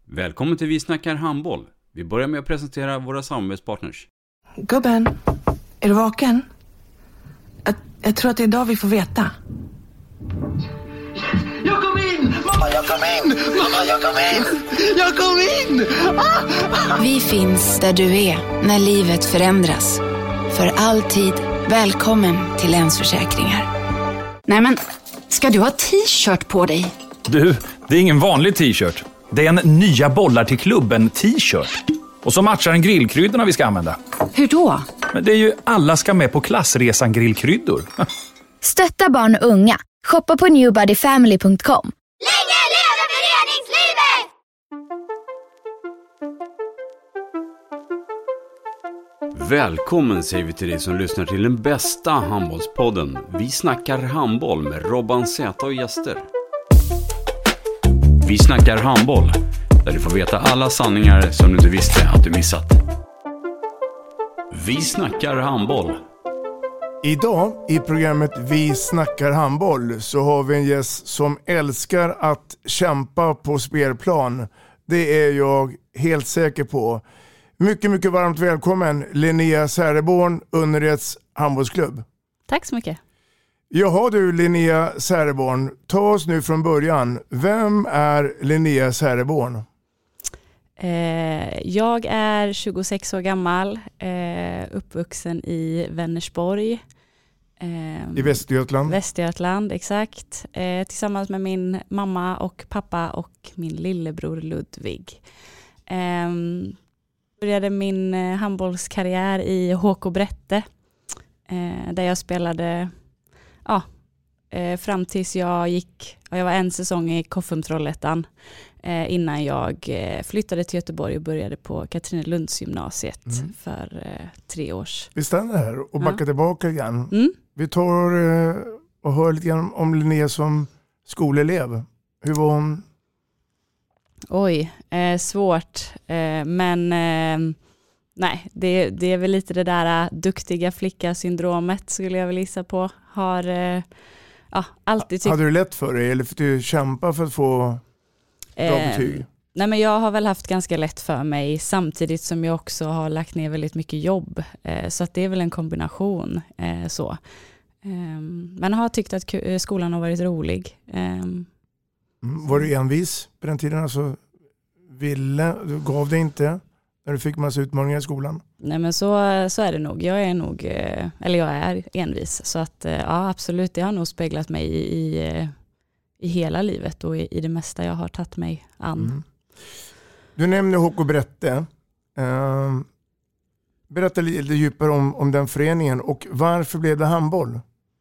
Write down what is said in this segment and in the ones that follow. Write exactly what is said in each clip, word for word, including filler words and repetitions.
Välkommen till Vi snackar handboll. Vi börjar med att presentera våra samarbetspartners. Gubben, är du vaken? Jag, jag tror att det är idag vi får veta. Jag kom in! Mamma, jag kom in! Mamma, jag kom in! Jag kom in! Ah! Vi finns där du är när livet förändras. För alltid välkommen till Länsförsäkringar. Nej men, ska du ha t-shirt på dig? Du, det är ingen vanlig t-shirt. Det är en nya bollar till klubben t-shirt. Och så matchar den grillkryddorna vi ska använda. Hur då? Men det är ju alla ska med på klassresan grillkryddor. Stötta barn och unga. Shoppa på new body family punkt com. Länge leve föreningslivet! Välkommen säger vi till dig som lyssnar till den bästa handbollspodden. Vi snackar handboll med Robban Zäta och gäster. Vi snackar handboll, där du får veta alla sanningar som du inte visste att du missat. Vi snackar handboll. Idag i programmet Vi snackar handboll så har vi en gäst som älskar att kämpa på spelplan. Det är jag helt säker på. Mycket, mycket varmt välkommen Linnea Säreborn, Önnereds handbollsklubb. Tack så mycket. Jaha du Linnea Säreborn, ta oss nu från början. Vem är Linnea Säreborn? Eh, jag är tjugosex år gammal, eh, uppvuxen i Vänersborg. Eh, I Västergötland? Västergötland, exakt. Eh, tillsammans med min mamma och pappa och min lillebror Ludvig. Eh, började min eh, handbollskarriär i H K Brätte. Eh, där jag spelade ja, eh, fram tills jag gick, jag var en säsong i Koffum Trollhättan eh, innan jag eh, flyttade till Göteborg och började på Katrinelundsgymnasiet mm. för eh, tre års. Vi stannar här och backar ja. tillbaka igen. Mm. Vi tar eh, och hör lite grann om Linnea som skolelev. Hur var hon? Oj, eh, svårt. Eh, men eh, nej, det, det är väl lite det där uh, duktiga flicka-syndromet skulle jag väl gissa på. Har uh, ja, alltid tyckt... Hade du lätt för dig eller fick du kämpa för att få bra eh, betyg? Nej, men jag har väl haft ganska lätt för mig samtidigt som jag också har lagt ner väldigt mycket jobb. Eh, så att det är väl en kombination. Eh, så. Eh, men har tyckt att k- skolan har varit rolig. Eh, mm, var du envis på den tiden? Alltså, ville, du gav det inte? När du fick massa utmaningar i skolan? Nej men så, så är det nog. Jag är nog, eller jag är envis. Så att ja absolut, det har nog speglat mig i, i, i hela livet och i, i det mesta jag har tagit mig an. Mm. Du nämnde H K Brätte. Uh, berätta lite djupare om, om den föreningen och varför blev det handboll?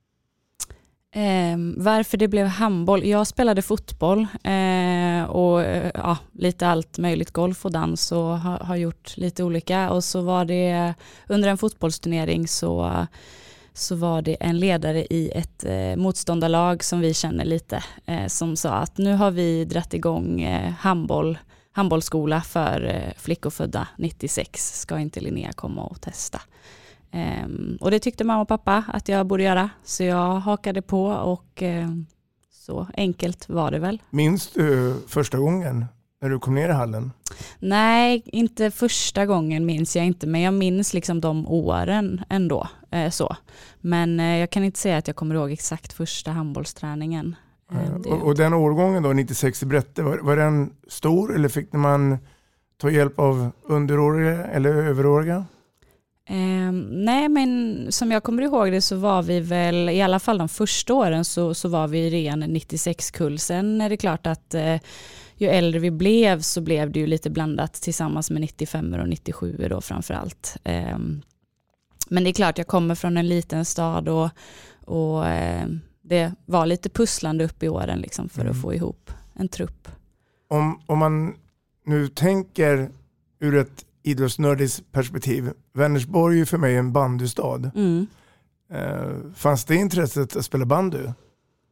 Eh, varför det blev handboll? Jag spelade fotboll eh, och ja, lite allt möjligt, golf och dans och har, har gjort lite olika. Och så var det under en fotbollsturnering så, så var det en ledare i ett eh, motståndarlag som vi känner lite eh, som sa att nu har vi dratt igång eh, handboll, handbollsskola för eh, flickor födda nittiosex. Ska inte Linnea komma och testa? Um, och det tyckte mamma och pappa att jag borde göra. Så jag hakade på och um, så enkelt var det väl. Minns du första gången när du kom ner i hallen? Nej, inte första gången minns jag inte. Men jag minns liksom de åren ändå. Eh, så. Men eh, jag kan inte säga att jag kommer ihåg exakt första handbollsträningen. Eh, ja, och, och den årgången då, nittiosex i Brätte, var, var den stor eller fick man ta hjälp av underåriga eller överåriga? Eh, nej men som jag kommer ihåg det så var vi väl i alla fall de första åren så, så var vi ren nittiosex-kull. Sen är det klart att eh, ju äldre vi blev så blev det ju lite blandat tillsammans med nittiofem och nittiosju då framförallt. Eh, men det är klart jag kommer från en liten stad och, och eh, det var lite pusslande upp i åren liksom för mm. att få ihop en trupp. Om, om man nu tänker ur ett idrottsnördis perspektiv. Vänersborg är för mig en bandystad. Mm. Eh, fanns det intresset att spela bandy?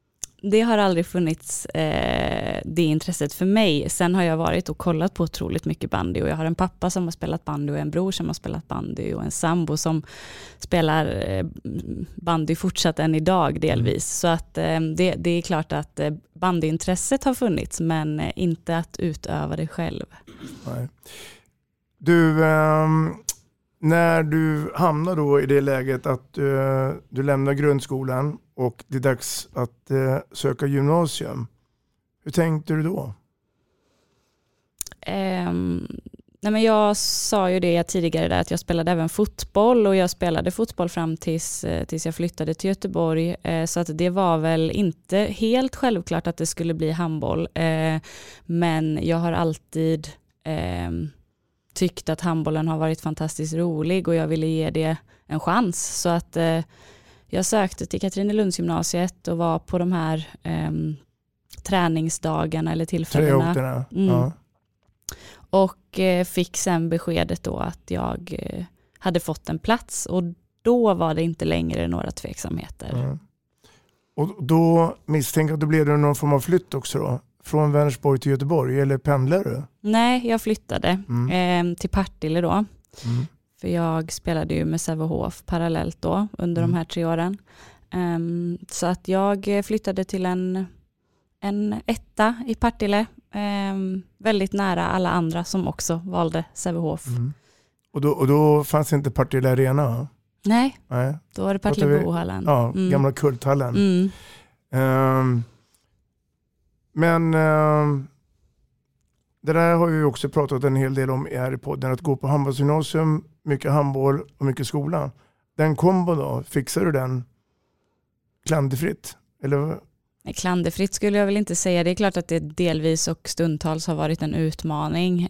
det har aldrig funnits eh, det intresset för mig. Sen har jag varit och kollat på otroligt mycket bandy och jag har en pappa som har spelat bandy och en bror som har spelat bandy och en sambo som spelar eh, bandy fortsatt än idag delvis. Mm. Så att eh, det, det är klart att eh, bandyintresset har funnits men eh, inte att utöva det själv. Nej. Du, eh, när du hamnar då i det läget att eh, du lämnar grundskolan och det är dags att eh, söka gymnasium. Hur tänkte du då? Um, nej men jag sa ju det tidigare där att jag spelade även fotboll och jag spelade fotboll fram tills, tills jag flyttade till Göteborg. Eh, så att det var väl inte helt självklart att det skulle bli handboll. Eh, men jag har alltid eh, tyckt att handbollen har varit fantastiskt rolig och jag ville ge det en chans. Så att eh, jag sökte till Katrinelundsgymnasiet och var på de här eh, träningsdagarna eller tillfällena. Mm. Ja. Och eh, fick sen beskedet då att jag eh, hade fått en plats och då var det inte längre några tveksamheter. Mm. Och då misstänker att det blev någon form av flytt också då? Från Vänersborg till Göteborg eller pendlar du? Nej, jag flyttade mm. eh, till Partille då. Mm. För jag spelade ju med Sävehof parallellt då under mm. de här tre åren. Um, så att jag flyttade till en, en etta i Partille. Um, väldigt nära alla andra som också valde Sävehof. Mm. Och, då, och då fanns inte Partille Arena? Nej, Nej. Då var det Partillebohallen. Ja, mm. gamla kulthallen. Mm. Um, men um, det där har vi ju också pratat en hel del om här i podden. Att gå på handbollsgymnasium, mycket handboll och mycket skola. Den kombo då, fixar du den klanderfritt? Eller? Klanderfritt skulle jag väl inte säga. Det är klart att det delvis och stundtals har varit en utmaning.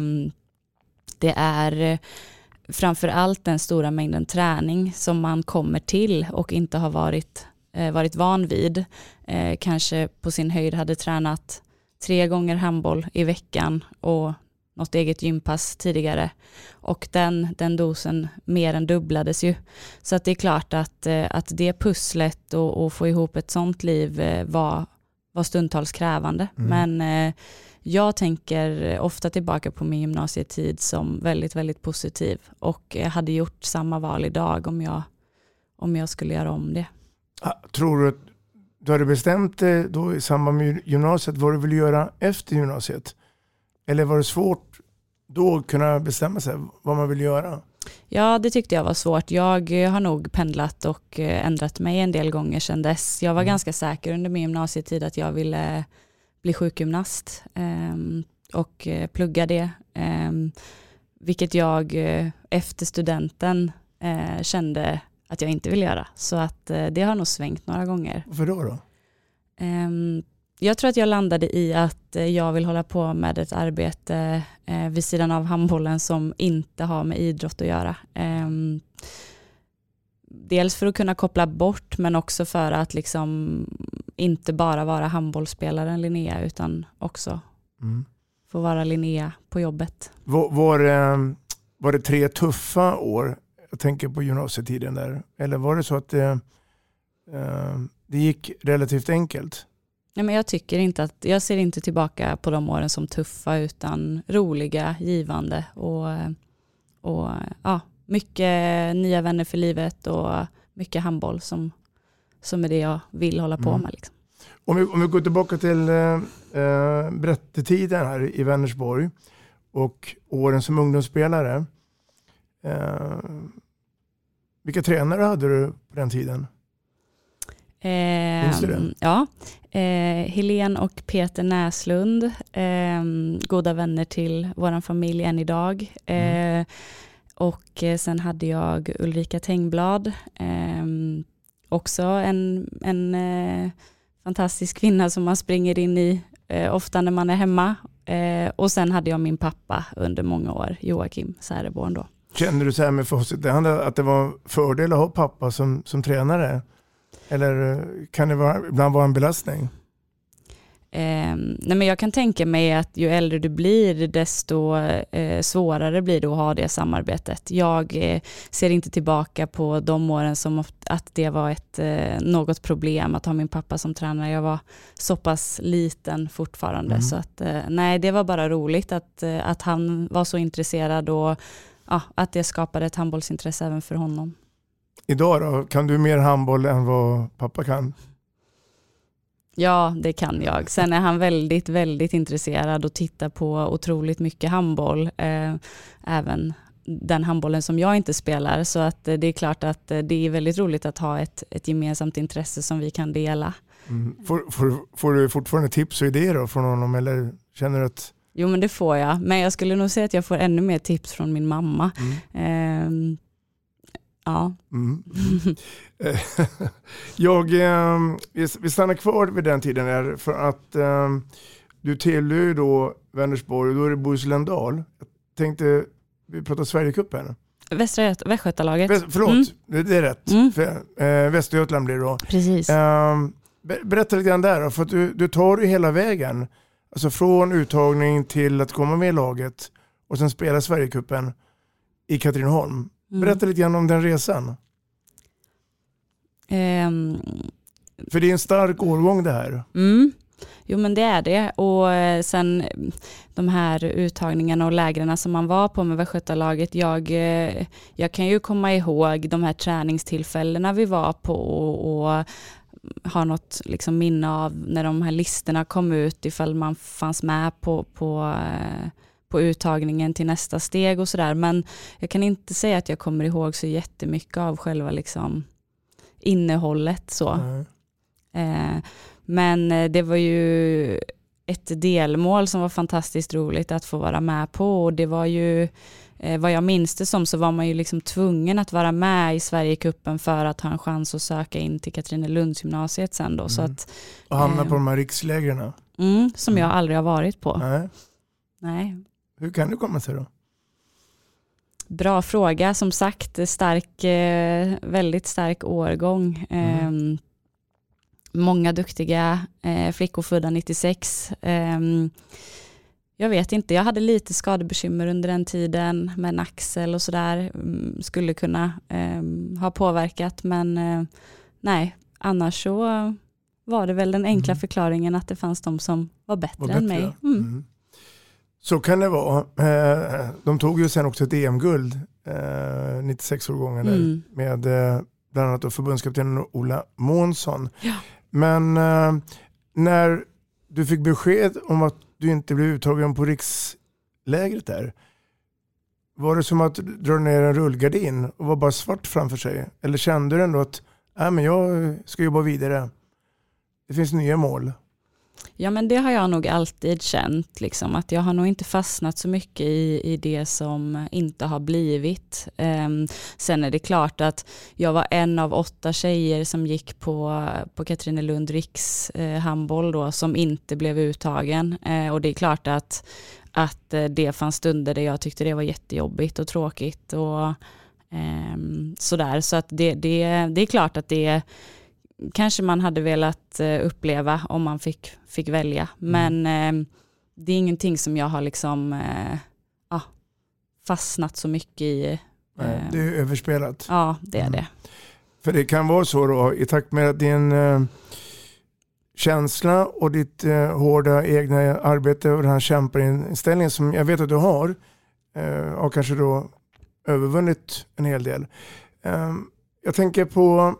Det är framför allt den stora mängden träning som man kommer till och inte har varit, varit van vid. Kanske på sin höjd hade tränat tre gånger handboll i veckan och något eget gympass tidigare. Och den, den dosen mer än dubblades ju. Så att det är klart att, att det pusslet och, och få ihop ett sånt liv var, var stundtals krävande. Mm. Men eh, jag tänker ofta tillbaka på min gymnasietid som väldigt, väldigt positiv. Och jag hade gjort samma val idag om jag, om jag skulle göra om det. Tror du att du hade bestämt dig då i samband med gymnasiet vad du ville göra efter gymnasiet? Eller var det svårt då att kunna bestämma sig vad man vill göra? Ja, det tyckte jag var svårt. Jag har nog pendlat och ändrat mig en del gånger sedan dess. Jag var mm. ganska säker under min gymnasietid att jag ville bli sjukgymnast um, och plugga det. Um, vilket jag efter studenten uh, kände att jag inte vill göra. Så att uh, det har nog svängt några gånger. Varför då då? Um, Jag tror att jag landade i att jag vill hålla på med ett arbete eh, vid sidan av handbollen som inte har med idrott att göra. Eh, dels för att kunna koppla bort men också för att liksom inte bara vara handbollsspelaren Linnea utan också mm. få vara Linnea på jobbet. Var, var, det, var det tre tuffa år? Jag tänker på gymnasietiden där. Eller var det så att det, eh, det gick relativt enkelt? Nej, men jag tycker inte att jag ser inte tillbaka på de åren som tuffa utan roliga, givande och, och ja, mycket nya vänner för livet och mycket handboll som, som är det jag vill hålla på mm. med. Liksom. Om, vi, om vi går tillbaka till äh, berättetiden här i Vänersborg och åren som ungdomsspelare. Äh, vilka tränare hade du på den tiden? Eh, ja, eh, Helen och Peter Näslund, eh, goda vänner till våran familj än idag. Eh, mm. Och sen hade jag Ulrika Tengblad, eh, också en, en eh, fantastisk kvinna som man springer in i eh, ofta när man är hemma. Eh, och sen hade jag min pappa under många år, Joakim Säreborn då. Känner du så här med facit att det var fördel att ha pappa som, som tränare? Eller kan det vara, ibland vara en belastning? Eh, nej men jag kan tänka mig att ju äldre du blir desto eh, svårare blir det att ha det samarbetet. Jag eh, ser inte tillbaka på de åren som att det var ett, eh, något problem att ha min pappa som tränare. Jag var så pass liten fortfarande mm. så att eh, nej, det var bara roligt att, eh, att han var så intresserad och ja, att det skapade ett handbollsintresse även för honom. Idag då, kan du mer handboll än vad pappa kan? Ja, det kan jag. Sen är han väldigt, väldigt intresserad och tittar på otroligt mycket handboll. Eh, även den handbollen som jag inte spelar. Så att eh, det är klart att eh, det är väldigt roligt att ha ett, ett gemensamt intresse som vi kan dela. Mm. Får, får, får du fortfarande tips och idéer då från honom eller känner du att... Jo, men det får jag. Men jag skulle nog säga att jag får ännu mer tips från min mamma. Mm. Eh, Ja. Mm. jag, eh, vi stannar kvar vid den tiden här för att eh, du tillhör ju då Vänersborg och då är det Bohuslän-Dal. Jag tänkte, vi pratar Sverigecupen. Västra Västgötalaget. Väst, förlåt, mm. det, det är rätt. Mm. För, eh, Västergötland blir det då. Precis. Eh, berätta lite grann där då, för att du, du tar ju hela vägen. Alltså från uttagning till att komma med i laget och sen spela Sverigecupen i Katrineholm. Mm. Berätta lite grann om den resan. Um, För det är en stark årgång det här. Mm. Jo, men det är det. Och sen de här uttagningarna och lägren som man var på med Västgötalaget. Jag, jag kan ju komma ihåg de här träningstillfällena vi var på och, och har något liksom minne av när de här listorna kom ut ifall man fanns med på, på på uttagningen till nästa steg och sådär. Men jag kan inte säga att jag kommer ihåg så jättemycket av själva liksom innehållet så. Mm. Eh, men det var ju ett delmål som var fantastiskt roligt att få vara med på och det var ju eh, vad jag minns det som så var man ju liksom tvungen att vara med i Sverigecupen för att ha en chans att söka in till Katrinelundsgymnasiet sen då. Mm. Så att, och hamna eh, på de här rikslägren. Mm, som mm. jag aldrig har varit på. Nej. Nej. Hur kan det komma sig då? Bra fråga. Som sagt, stark, väldigt stark årgång. Mm. Eh, många duktiga eh, flickor födda nittiosex. Eh, jag vet inte, jag hade lite skadebekymmer under den tiden med en axel och sådär. Skulle kunna eh, ha påverkat, men eh, nej, annars så var det väl den enkla mm. förklaringen att det fanns de som var bättre, var bättre än mig. Mm. Mm. Så kan det vara. De tog ju sen också ett E M-guld nittiosex-årgången mm. med bland annat förbundskaptenen Ola Månsson. Ja. Men när du fick besked om att du inte blev uttagen på rikslägret där, var det som att dra ner en rullgardin och var bara svart framför sig? Eller kände du ändå att äh, men jag ska jobba vidare? Det finns nya mål. Ja, men det har jag nog alltid känt. Liksom, att jag har nog inte fastnat så mycket i, i det som inte har blivit. Um, sen är det klart att jag var en av åtta tjejer som gick på, på Katrinelund Riks eh, handboll då, som inte blev uttagen. Eh, och det är klart att, att det fanns stunder där jag tyckte det var jättejobbigt och tråkigt. Och, eh, sådär. Så att det, det, det är klart att det kanske man hade velat uppleva om man fick, fick välja. Men mm. eh, det är ingenting som jag har liksom eh, ah, fastnat så mycket i. Eh, Nej, det är överspelat. Ja, det är mm. det. För det kan vara så då, i takt med att din eh, känsla och ditt eh, hårda egna arbete och den här kämparinställningen som jag vet att du har eh, och kanske då övervunnit en hel del. Eh, jag tänker på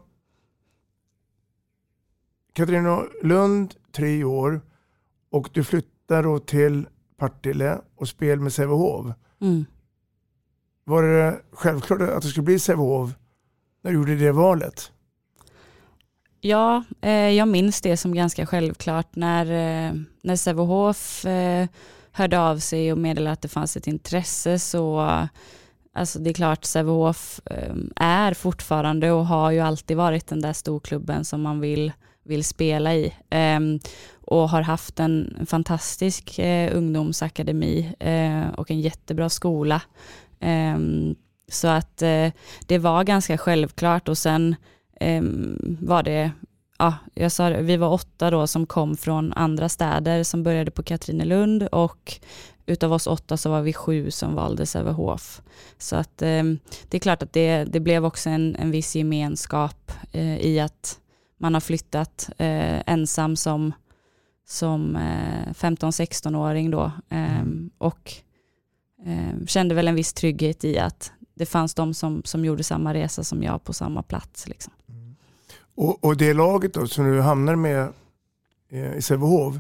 Katrinelund, tre år, och du flyttar då till Partille och spel med Sävehof. Mm. Var det självklart att det skulle bli Sävehof när du gjorde det valet? Ja, eh, jag minns det som ganska självklart när, eh, när Sävehof eh, hörde av sig och meddelade att det fanns ett intresse. Så alltså det är klart, Sävehof eh, är fortfarande och har ju alltid varit den där storklubben som man vill vill spela i eh, och har haft en fantastisk eh, ungdomsakademi eh, och en jättebra skola. Eh, så att eh, det var ganska självklart och sen eh, var det ja, jag sa det, vi var åtta då som kom från andra städer som började på Katrinelund, och utav oss åtta så var vi sju som valde Sävehof. Så att eh, det är klart att det, det blev också en, en viss gemenskap eh, i att man har flyttat eh, ensam som, som eh, femton-sexton-åring då. Eh, och eh, kände väl en viss trygghet i att det fanns de som, som gjorde samma resa som jag på samma plats. Liksom. Mm. Och, och det laget då som du hamnar med eh, i Sävehof,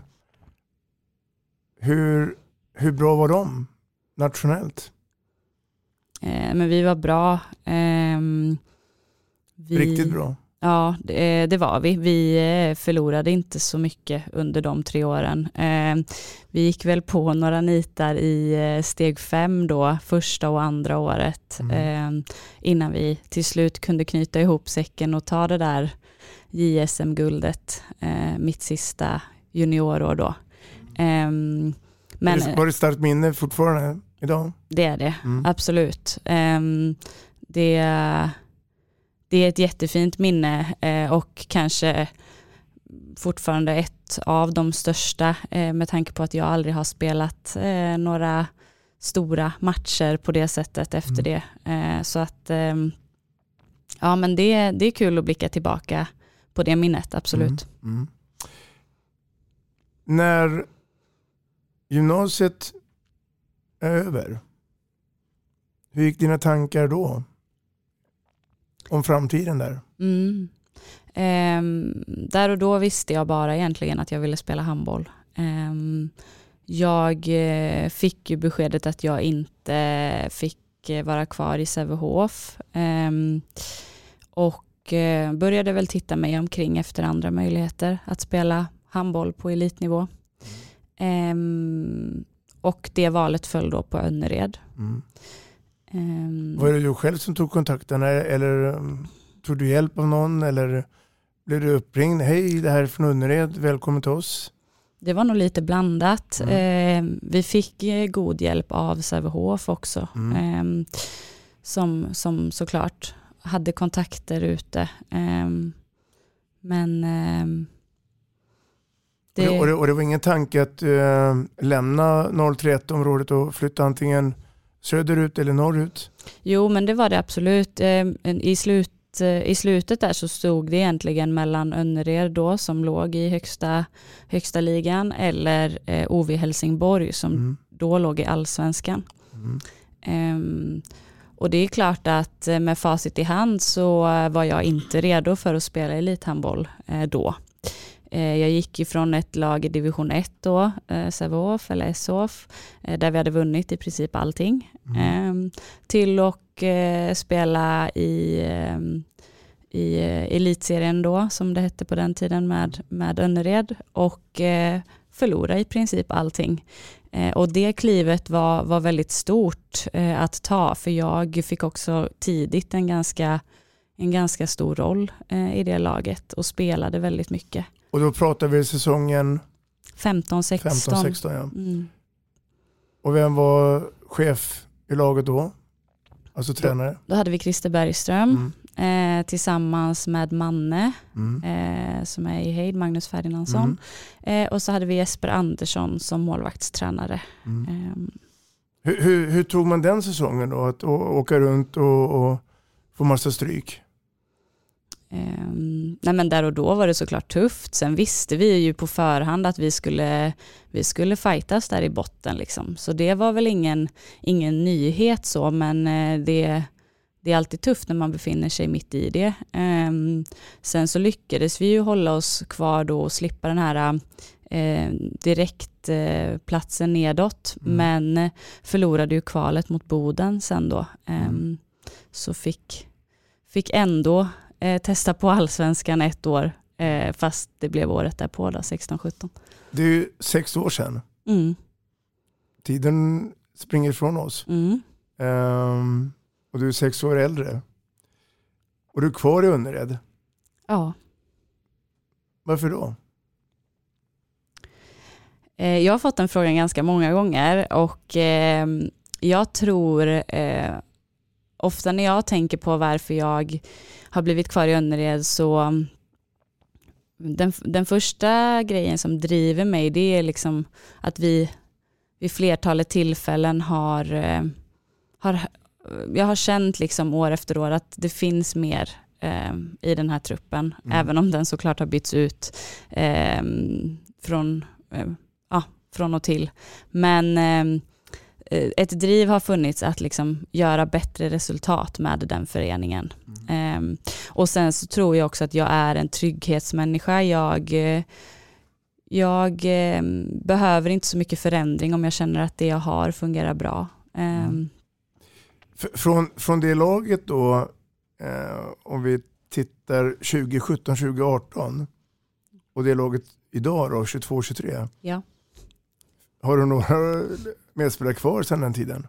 hur, hur bra var de nationellt? Eh, men vi var bra. Eh, vi, Riktigt bra? Ja, det, det var vi. Vi förlorade inte så mycket under de tre åren. Eh, vi gick väl på några nitar i steg fem då, första och andra året. Mm. Eh, innan vi till slut kunde knyta ihop säcken och ta det där J S M-guldet. Eh, mitt sista juniorår då. Eh, men, var det starkt minne fortfarande idag? Det är det, mm. absolut. Eh, det Det är ett jättefint minne eh, och kanske fortfarande ett av de största eh, med tanke på att jag aldrig har spelat eh, några stora matcher på det sättet efter mm. det. Eh, så att eh, ja, men det, det är kul att blicka tillbaka på det minnet, absolut. Mm. Mm. När gymnasiet är över, hur gick dina tankar då? Om framtiden där? Mm. Um, där och då visste jag bara egentligen att jag ville spela handboll. Um, jag uh, fick ju beskedet att jag inte fick uh, vara kvar i Sävehof. Um, och uh, började väl titta mig omkring efter andra möjligheter att spela handboll på elitnivå. Um, och det valet föll då på Önnered. Mm. Um, var det du själv som tog kontakten eller um, tog du hjälp av någon eller blev du uppringd? Hej, det här är från Önnered, välkommen till oss. Det var nog lite blandat. Mm. Eh, vi fick god hjälp av Sävehof också. Mm. Eh, som, som såklart hade kontakter ute. Eh, men eh, det... Och, det, och, det, och det var ingen tanke att eh, lämna noll tre ett-området och flytta antingen söderut eller norrut? Jo, men det var det absolut. I, slut, I slutet där så stod det egentligen mellan Önnered då som låg i högsta, högsta ligan eller eh, O V Helsingborg som mm. då låg i allsvenskan. Mm. Um, och det är klart att med facit i hand så var jag inte redo för att spela elithandboll eh, då. Jag gick ifrån ett lag i division ett då, Sävehof eller S H F, där vi hade vunnit i princip allting. Mm. Till att spela i, i elitserien då, som det hette på den tiden med, med Önnered, och förlora i princip allting. Och det klivet var, var väldigt stort att ta, för jag fick också tidigt en ganska, en ganska stor roll i det laget och spelade väldigt mycket. Och då pratar vi säsongen femton sexton. femton sexton, ja. Mm. Och vem var chef i laget då? Alltså tränare? Då, då hade vi Christer Bergström mm. eh, tillsammans med Manne mm. eh, som är i Heid, Magnus Ferdinandsson. Mm. Eh, och så hade vi Jesper Andersson som målvaktstränare. Mm. Eh. Hur, hur, hur tog man den säsongen då? Att å, åka runt och, och få massa stryk? Um, nej men där och då var det såklart tufft. Sen visste vi ju på förhand att vi skulle, vi skulle fightas där i botten liksom. Så det var väl ingen, ingen nyhet så, men uh, det, det är alltid tufft när man befinner sig mitt i det. Um, sen så lyckades vi ju hålla oss kvar då och slippa den här uh, direkt uh, platsen nedåt, mm. men förlorade ju kvalet mot Boden sen då. Um, mm. Så fick, fick ändå Eh, testa på allsvenskan ett år eh, fast det blev året därpå då, sexton sjutton. Det är ju sex år sedan. Mm. Tiden springer ifrån oss. Mm. Um, och du är sex år äldre. Och du är kvar i Önnered. Ja. Varför då? Eh, jag har fått den frågan ganska många gånger och eh, jag tror eh, ofta när jag tänker på varför jag har blivit kvar i Önnered så, den, den första grejen som driver mig, det är liksom att vi vid flertalet tillfällen har, eh, har jag har känt liksom år efter år att det finns mer eh, i den här truppen, mm. även om den såklart har bytts ut eh, från, eh, ja, från och till. Men eh, ett driv har funnits att liksom göra bättre resultat med den föreningen. Mm. Eh, och sen så tror jag också att jag är en trygghetsmänniska. Jag, jag eh, behöver inte så mycket förändring om jag känner att det jag har fungerar bra. Eh, mm. Från, från det laget då, eh, om vi tittar tjugo sjutton tjugo arton och det laget idag då, tjugotvå tjugotre. Ja. Har du några medspelare kvar sedan den tiden?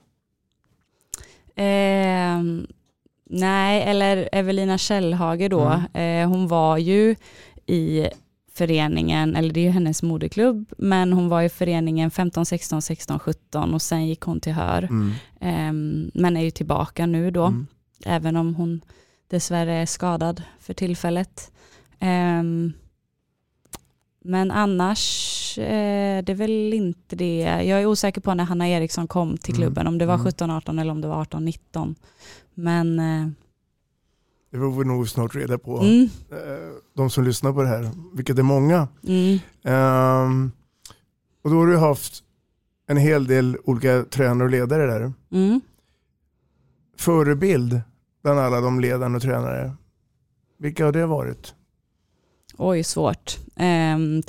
Eh, nej, eller Evelina Källhage då. Mm. Eh, hon var ju i föreningen, eller det är ju hennes moderklubb, men hon var i föreningen femton, sexton, sexton, sjutton och sen gick hon till Hör. Mm. Um, men är ju tillbaka nu då, mm. även om hon dessvärre är skadad för tillfället. Um, men annars uh, det är väl inte det. Jag är osäker på när Hanna Eriksson kom till klubben, mm. om det var sjutton arton eller om det var arton nitton. Men uh, det får vi nog snart reda på. Mm. De som lyssnar på det här, vilket är många. Mm. Um, och då har du haft en hel del olika tränare och ledare där. Mm. Förebild bland alla de ledare och tränare. Vilka har det varit? Oj, svårt. Um,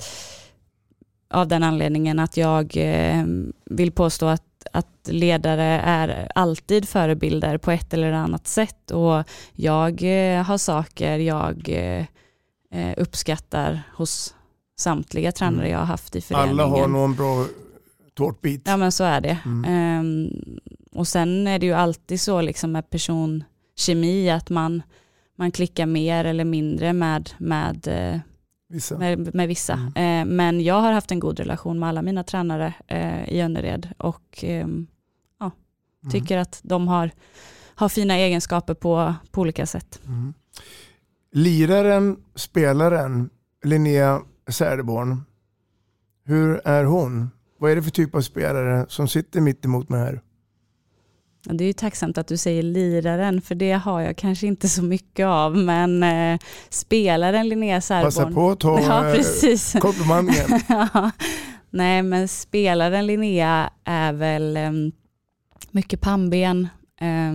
av den anledningen att jag um, vill påstå att att ledare är alltid förebilder på ett eller annat sätt, och jag eh, har saker jag eh, uppskattar hos samtliga tränare mm. jag har haft i föreningen. Alla har någon bra tårtbit. Ja, men så är det. Mm. Um, och sen är det ju alltid så liksom med personkemi att man, man klickar mer eller mindre med, med eh, Vissa. Med, med vissa. Mm. Eh, men jag har haft en god relation med alla mina tränare eh, i Önnered och eh, ja, mm. tycker att de har, har fina egenskaper på, på olika sätt. Mm. Liraren, spelaren Linnea Särdeborn, hur är hon? Vad är det för typ av spelare som sitter mitt emot mig här? Det är ju tacksamt att du säger liraren, för det har jag kanske inte så mycket av, men eh, spelaren Linnea Särdeborn. Passa på att ta ja, precis. komplimangen. ja. Nej, men spelaren Linnea är väl eh, mycket pannben, eh,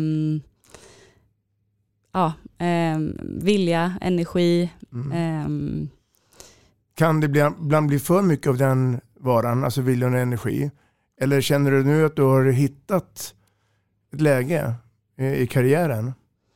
ja, eh, vilja, energi. Mm. Eh, kan det bli, ibland bli för mycket av den varan, alltså viljan och energi? Eller känner du nu att du har hittat ett läge i karriären?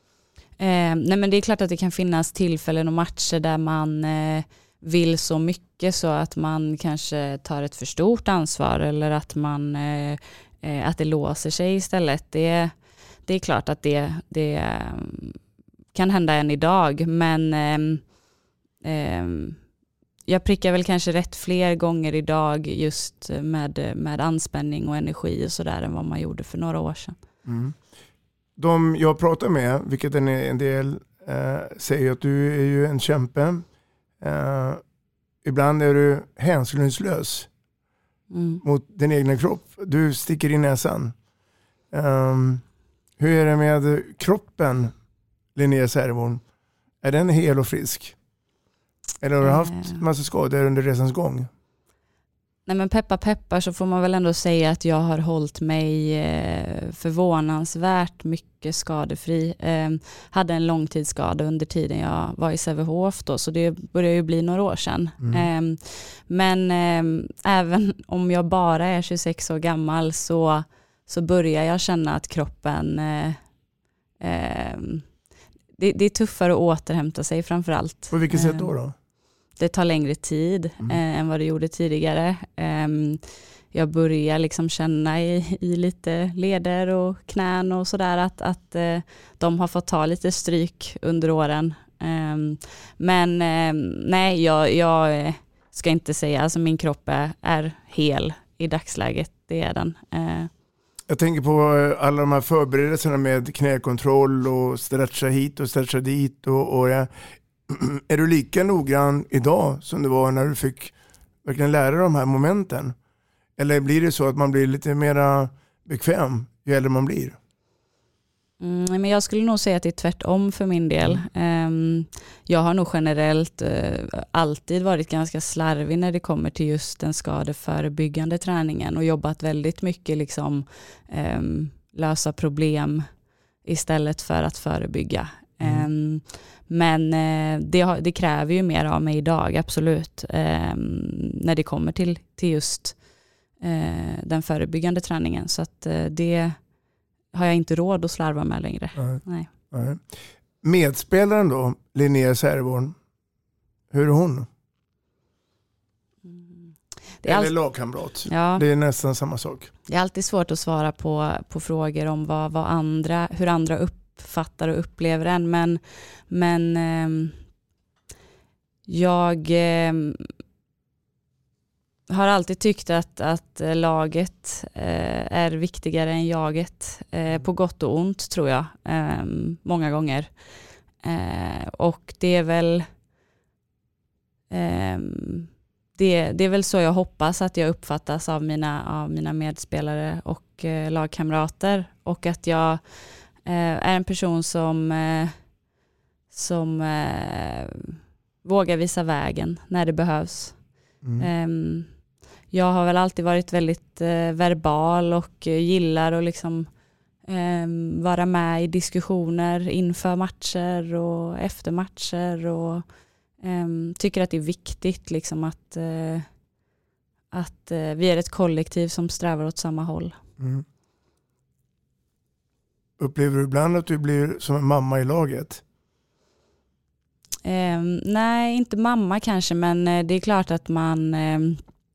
Eh, nej men det är klart att det kan finnas tillfällen och matcher där man eh, vill så mycket så att man kanske tar ett för stort ansvar, eller att man eh, eh, att det låser sig istället. Det, det är klart att det, det eh, kan hända än idag, men eh, eh, jag prickar väl kanske rätt fler gånger idag just med, med anspänning och energi och sådär än vad man gjorde för några år sedan. Mm. De jag pratar med, vilket är en del, eh, säger att du är ju en kämpe. Eh, ibland är du hänsynslös mm. mot din egna kropp. Du sticker i näsan. Eh, hur är det med kroppen, Linnea Särdeborn? Är den hel och frisk? Eller har du haft massa skador under resans gång? Nej, men peppa peppar så får man väl ändå säga att jag har hållit mig eh, förvånansvärt mycket skadefri. Eh, hade en långtidsskada under tiden jag var i Sävehof då, så det börjar ju bli några år sedan. Mm. Eh, men eh, även om jag bara är tjugosex år gammal så, så börjar jag känna att kroppen eh, eh, det, det är tuffare att återhämta sig framförallt. På vilket sätt då då? Det tar längre tid mm. eh, än vad det gjorde tidigare. Eh, jag börjar liksom känna i, i lite leder och knän och sådär att, att eh, de har fått ta lite stryk under åren. Eh, men eh, nej, jag, jag ska inte säga, alltså min kropp är, är hel i dagsläget, det är den. Eh. Jag tänker på alla de här förberedelserna med knäkontroll och stretcha hit och stretcha dit och, och ja. Är du lika noggrann idag som du var när du fick verkligen lära de här momenten? Eller blir det så att man blir lite mer bekväm ju äldre man blir? Mm, men jag skulle nog säga att det är tvärtom för min del. Um, jag har nog generellt uh, alltid varit ganska slarvig när det kommer till just den skadeförebyggande träningen och jobbat väldigt mycket liksom um, lösa problem istället för att förebygga. Mm. Um, men uh, det, har, det kräver ju mer av mig idag, absolut. Um, när det kommer till, till just uh, den förebyggande träningen. Så att uh, det har jag inte råd att slarva med längre. Nej. Nej. Nej. Medspelaren då, Linnea Säreborn, hur är hon? Mm. Det är Eller all... lagkamrat. Ja. Det är nästan samma sak. Det är alltid svårt att svara på, på frågor om vad, vad andra, hur andra uppfattar och upplever en. Men, men eh, jag eh, har alltid tyckt att, att laget eh, är viktigare än jaget. Eh, på gott och ont tror jag. Eh, många gånger. Eh, och det är väl eh, det, det är väl så jag hoppas att jag uppfattas av mina, av mina medspelare och eh, lagkamrater. Och att jag eh, är en person som, eh, som eh, vågar visa vägen när det behövs. Mm. Eh, jag har väl alltid varit väldigt eh, verbal och eh, gillar att liksom eh, vara med i diskussioner inför matcher och efter matcher och Um, tycker att det är viktigt liksom att, uh, att uh, vi är ett kollektiv som strävar åt samma håll. Mm. Upplever du ibland att du blir som en mamma i laget? Um, nej, inte mamma kanske, men uh, det är klart att man um,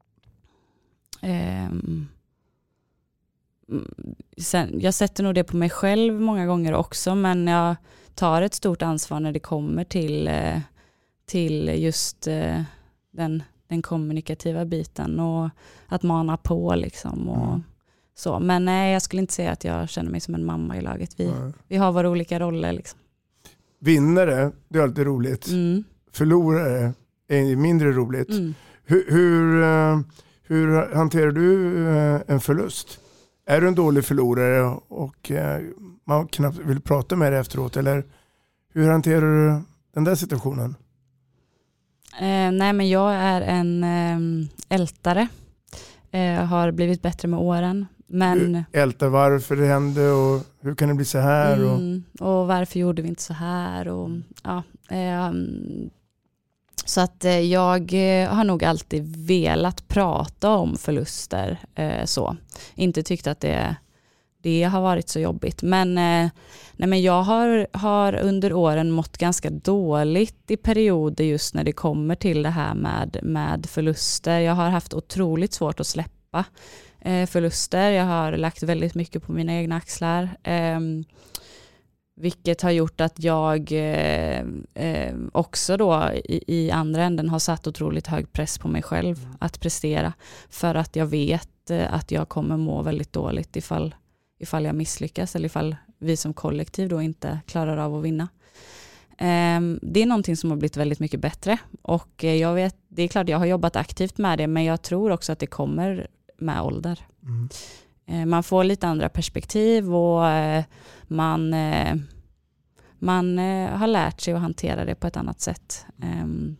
um, sen, jag sätter nog det på mig själv många gånger också, men jag tar ett stort ansvar när det kommer till uh, till just eh, den, den kommunikativa biten och att mana på liksom och mm. så. Men nej, jag skulle inte säga att jag känner mig som en mamma i laget. Vi, mm. vi har våra olika roller liksom. Vinnare, det är alltid roligt. Mm. Förlorare är mindre roligt. Mm. Hur, hur, hur hanterar du en förlust? Är du en dålig förlorare och man knappt vill prata med dig efteråt, eller hur hanterar du den där situationen? Eh, nej, men jag är en eh, ältare. Eh, har blivit bättre med åren. Men du ältar varför det hände och hur kan det bli så här? Och, mm, och varför gjorde vi inte så här? Och, ja, eh, så att eh, jag har nog alltid velat prata om förluster. Eh, så. Inte tyckt att det, det har varit så jobbigt. Men, eh, nej, men jag har, har under åren mått ganska dåligt i perioder just när det kommer till det här med, med förluster. Jag har haft otroligt svårt att släppa eh, förluster. Jag har lagt väldigt mycket på mina egna axlar. Eh, vilket har gjort att jag eh, eh, också då i, i andra änden har satt otroligt hög press på mig själv att prestera. För att jag vet eh, att jag kommer må väldigt dåligt ifall ifall jag misslyckas eller ifall vi som kollektiv då inte klarar av att vinna. Det är någonting som har blivit väldigt mycket bättre och jag vet, det är klart jag har jobbat aktivt med det, men jag tror också att det kommer med ålder. Mm. Man får lite andra perspektiv och man, man har lärt sig att hantera det på ett annat sätt. Mm.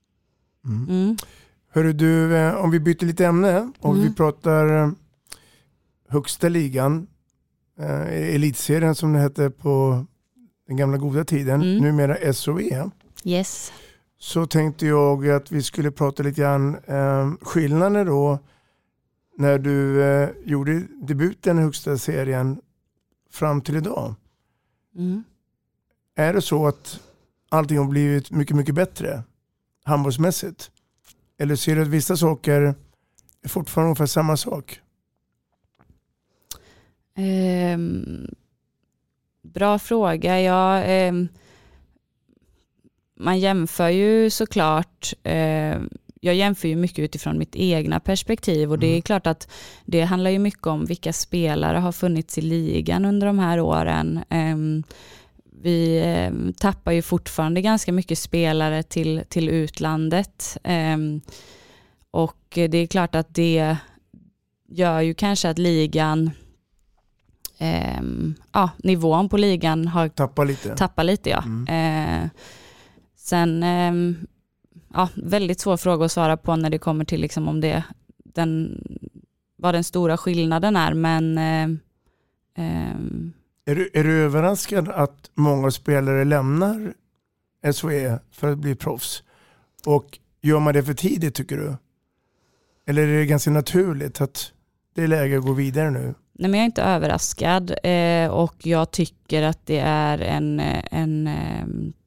Mm. Hörru du, om vi byter lite ämne och mm. vi pratar högsta ligan, eh, elitserien som det hette på den gamla goda tiden, mm. numera S O E. Yes. Så tänkte jag att vi skulle prata lite grann eh, skillnader då när du eh, gjorde debuten i högsta serien fram till idag. Mm. Är det så att allting har blivit mycket, mycket bättre handbollsmässigt? Eller ser du att vissa saker är fortfarande ungefär samma sak? Eh, bra fråga. Ja, eh, man jämför ju såklart. Eh, jag jämför ju mycket utifrån mitt egna perspektiv och det är klart att det handlar ju mycket om vilka spelare har funnits i ligan under de här åren. Eh, vi eh, tappar ju fortfarande ganska mycket spelare till, till utlandet. Eh, och det är klart att det gör ju kanske att ligan, eh, ja, nivån på ligan har tappat lite. Tappat lite, ja. Mm. Eh, sen, eh, ja, väldigt svår fråga att svara på när det kommer till liksom om det, den, vad den stora skillnaden är, men eh, eh, Är du, är du överraskad att många spelare lämnar S V E för att bli proffs? Och gör man det för tidigt, tycker du? Eller är det ganska naturligt att det är läge att gå vidare nu? Nej, men jag är inte överraskad eh, och jag tycker att det är en, en eh,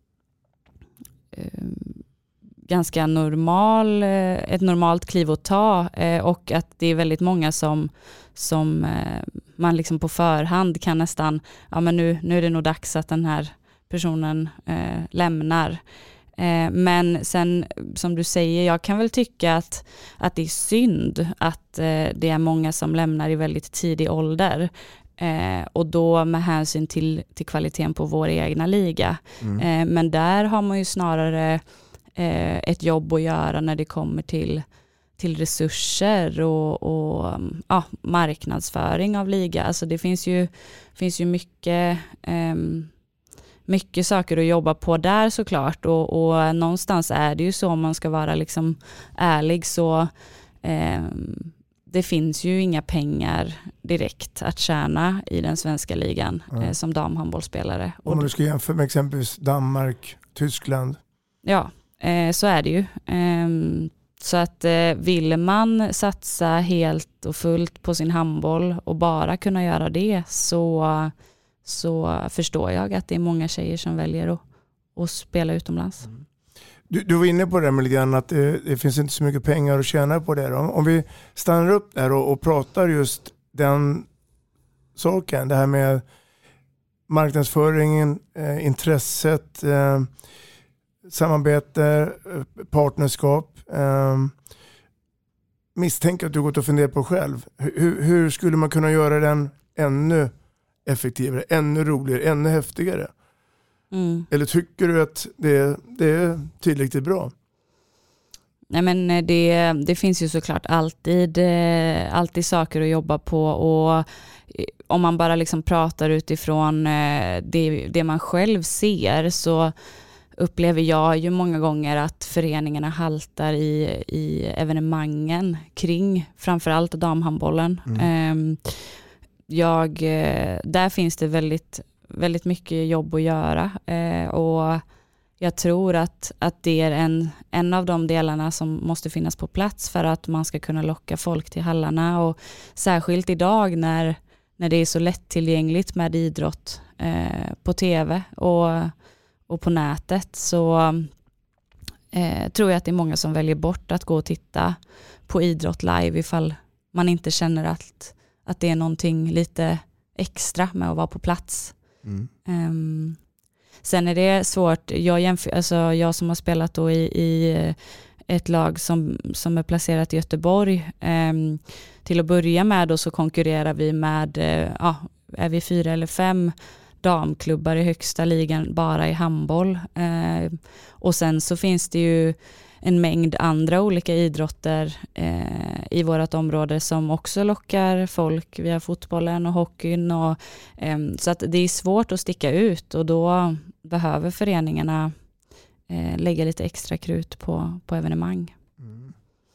eh, ganska normal, eh, ett normalt kliv att ta eh, och att det är väldigt många som, som eh, man liksom på förhand kan nästan, ja men nu, nu är det nog dags att den här personen eh, lämnar. Eh, men sen som du säger, jag kan väl tycka att, att det är synd att eh, det är många som lämnar i väldigt tidig ålder. Eh, och då med hänsyn till, till kvaliteten på vår egna liga. Mm. Eh, men där har man ju snarare eh, ett jobb att göra när det kommer till till resurser och, och ja, marknadsföring av liga. Alltså det finns ju, finns ju mycket, eh, mycket saker att jobba på där såklart. Och, och någonstans är det ju så, om man ska vara liksom ärlig, så eh, det finns ju inga pengar direkt att tjäna i den svenska ligan mm. eh, som damhandbollsspelare. Om du ska jämföra med exempelvis Danmark, Tyskland. Ja, eh, så är det ju. Eh, Så att eh, vill man satsa helt och fullt på sin handboll och bara kunna göra det, så, så förstår jag att det är många tjejer som väljer att, att spela utomlands. Mm. Du, du var inne på det med lite grann att det, det finns inte så mycket pengar att tjäna på det. Om, om vi stannar upp där och, och pratar just den saken, det här med marknadsföringen, eh, intresset, eh, samarbete, partnerskap. Um, misstänker att du gått och funderat på själv. Hur, hur skulle man kunna göra den ännu effektivare, ännu roligare, ännu häftigare? Mm. Eller tycker du att det, det är tillräckligt bra? Nej, men det, det finns ju såklart alltid, alltid saker att jobba på, och om man bara liksom pratar utifrån det, det man själv ser, så upplever jag ju många gånger att föreningarna haltar i, i evenemangen kring framförallt damhandbollen. Mm. Jag, där finns det väldigt, väldigt mycket jobb att göra, och jag tror att, att det är en, en av de delarna som måste finnas på plats för att man ska kunna locka folk till hallarna, och särskilt idag när, när det är så lättillgängligt med idrott eh, på tv och och på nätet, så eh, tror jag att det är många som väljer bort att gå och titta på idrott live ifall man inte känner att, att det är någonting lite extra med att vara på plats. Mm. Um, sen är det svårt, jag, jämför, alltså jag som har spelat då i, i ett lag som, som är placerat i Göteborg, um, till att börja med då så konkurrerar vi med, uh, ja, är vi fyra eller fem damklubbar i högsta ligan bara i handboll. Eh, och sen så finns det ju en mängd andra olika idrotter eh, i vårt område som också lockar folk via fotbollen och hockeyn. Och, eh, så att det är svårt att sticka ut, och då behöver föreningarna eh, lägga lite extra krut på, på evenemang. Mm.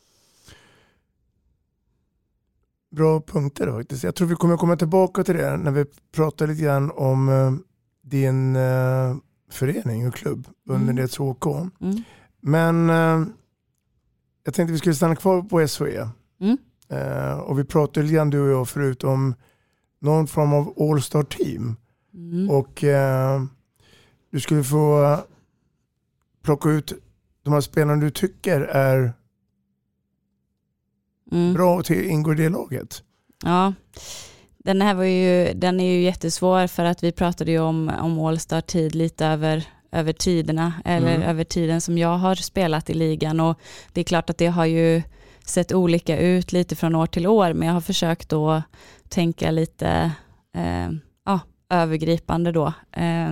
Bra punkter då, faktiskt. Jag tror vi kommer komma tillbaka till det när vi pratar lite grann om uh, din uh, förening och klubb under mm. det H K. Mm. Men uh, jag tänkte vi skulle stanna kvar på S V E. Mm. Uh, och vi pratade lite grann, du och jag, förut om någon form av all-star team. Mm. Och uh, du skulle få uh, plocka ut de här spelarna du tycker är Mm. bra till ingår i det laget. Ja, den här var ju, den är ju jättesvår, för att vi pratade ju om, om All-Star-tid lite över, över tiderna, eller mm. över tiden som jag har spelat i ligan, och det är klart att det har ju sett olika ut lite från år till år, men jag har försökt då tänka lite eh, ja, övergripande då. Eh,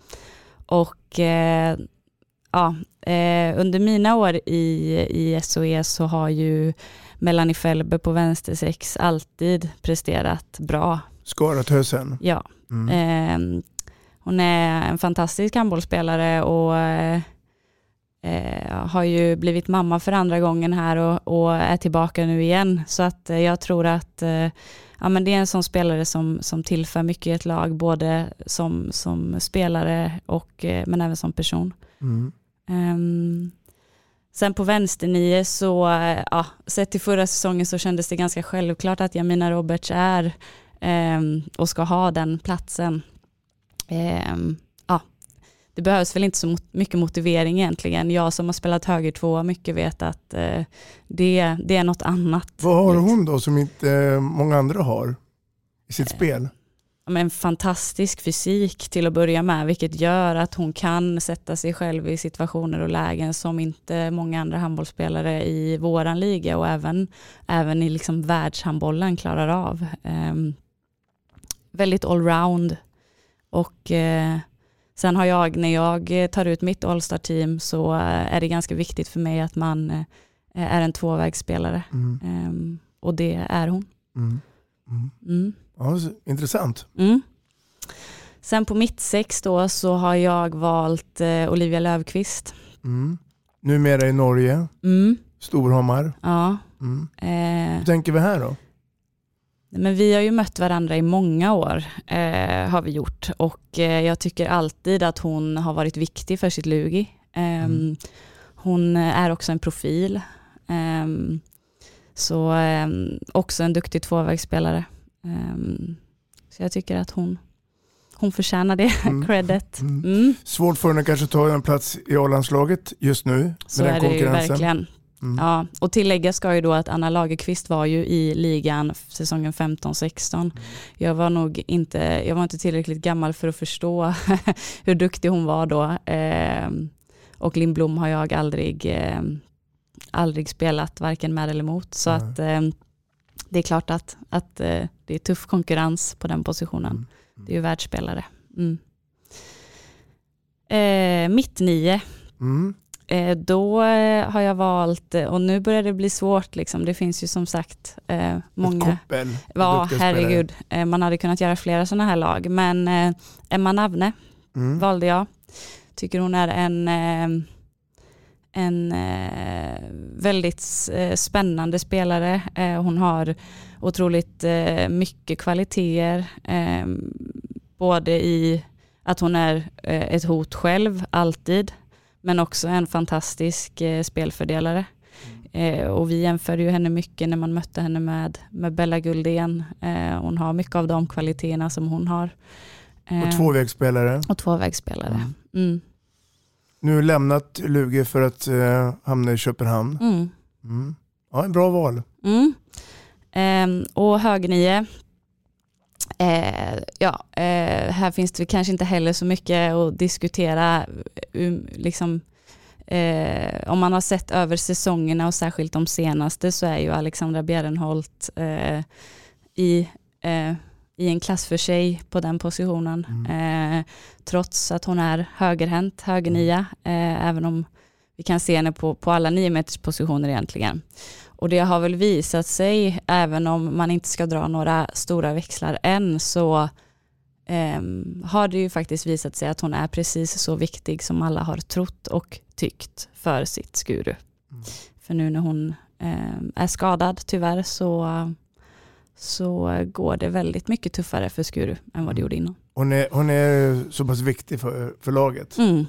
och eh, ja, eh, under mina år i, i S O E så har ju Melanie Felber på vänstersex alltid presterat bra. Skaratösen. Ja. Mm. Eh, hon är en fantastisk handbollsspelare och eh, har ju blivit mamma för andra gången här och, och är tillbaka nu igen. Så att eh, jag tror att eh, ja, men det är en sån spelare som, som tillför mycket i ett lag, både som, som spelare och, eh, men även som person. Mm. Um, sen på vänsternio så, ja, sett till förra säsongen så kändes det ganska självklart att Jamina Roberts är um, och ska ha den platsen. Um, ja, det behövs väl inte så mycket motivering egentligen. Jag som har spelat höger två mycket vet att uh, det, det är något annat. Vad har hon då som inte uh, många andra har i sitt uh, spel? En fantastisk fysik till att börja med, vilket gör att hon kan sätta sig själv i situationer och lägen som inte många andra handbollsspelare i våran liga och även, även i liksom världshandbollen klarar av. Um, väldigt allround. Och uh, sen har jag, när jag tar ut mitt All-Star-team så uh, är det ganska viktigt för mig att man uh, är en tvåvägsspelare. Mm. Um, och det är hon. Mm. Mm. Mm. Ja, intressant. Mm. Sen på mitt sex då så har jag valt eh, Olivia Löfqvist. Mm. Numera i Norge. Mm. Storhammar. Ja. Mm. Eh, Hur tänker vi här då? Men vi har ju mött varandra i många år eh, har vi gjort. Och eh, jag tycker alltid att hon har varit viktig för sitt Lugi. Eh, mm. Hon är också en profil. Eh, så eh, också en duktig tvåvägsspelare. Um, så jag tycker att hon hon förtjänar det, mm. credit. Mm. Mm. Svårt för henne kanske att ta en plats i A-landslaget just nu. Så med är den det ju verkligen. Mm. Ja, och tillägga ska ju då att Anna Lagerqvist var ju i ligan säsongen femton sexton. Mm. Jag var nog inte, jag var inte tillräckligt gammal för att förstå hur duktig hon var då. Eh, och Lindblom har jag aldrig, eh, aldrig spelat varken med eller emot. Så mm. att eh, det är klart att, att eh, det är tuff konkurrens på den positionen. Mm. Mm. Det är ju världsspelare. Mm. Eh, mitt nio. Mm. Eh, då eh, har jag valt, och nu börjar det bli svårt. Liksom. Det finns ju som sagt eh, många. Ett koppel. Ja, herregud. Eh, man hade kunnat göra flera sådana här lag. Men eh, Emma Navne mm. valde jag. Tycker hon är en... Eh, en eh, väldigt eh, spännande spelare. Eh, hon har otroligt eh, mycket kvaliteter. Eh, både i att hon är eh, ett hot själv, alltid. Men också en fantastisk eh, spelfördelare. Mm. Eh, och vi jämför ju henne mycket när man mötte henne med, med Bella Guldén. Eh, hon har mycket av de kvaliteterna som hon har. Eh, och tvåvägsspelare. Och tvåvägsspelare. Mm. Mm. Nu lämnat Lugi för att eh, hamna i Köpenhamn. Mm. Mm. Ja, en bra val. Mm. Eh, och högnio. Eh, ja, eh, här finns det kanske inte heller så mycket att diskutera. Um, liksom, eh, om man har sett över säsongerna och särskilt de senaste så är ju Alexandra Bjärrenholt eh, i... Eh, i en klass för sig på den positionen. Mm. Eh, trots att hon är högerhänt, högernia. Eh, även om vi kan se henne på, på alla nio meters positioner egentligen. Och det har väl visat sig, även om man inte ska dra några stora växlar än, så eh, har det ju faktiskt visat sig att hon är precis så viktig som alla har trott och tyckt för sitt Skuru. Mm. För nu när hon eh, är skadad tyvärr så... så går det väldigt mycket tuffare för Skuru än vad det gjorde innan. Hon är, hon är så pass viktig för, för laget. Mm.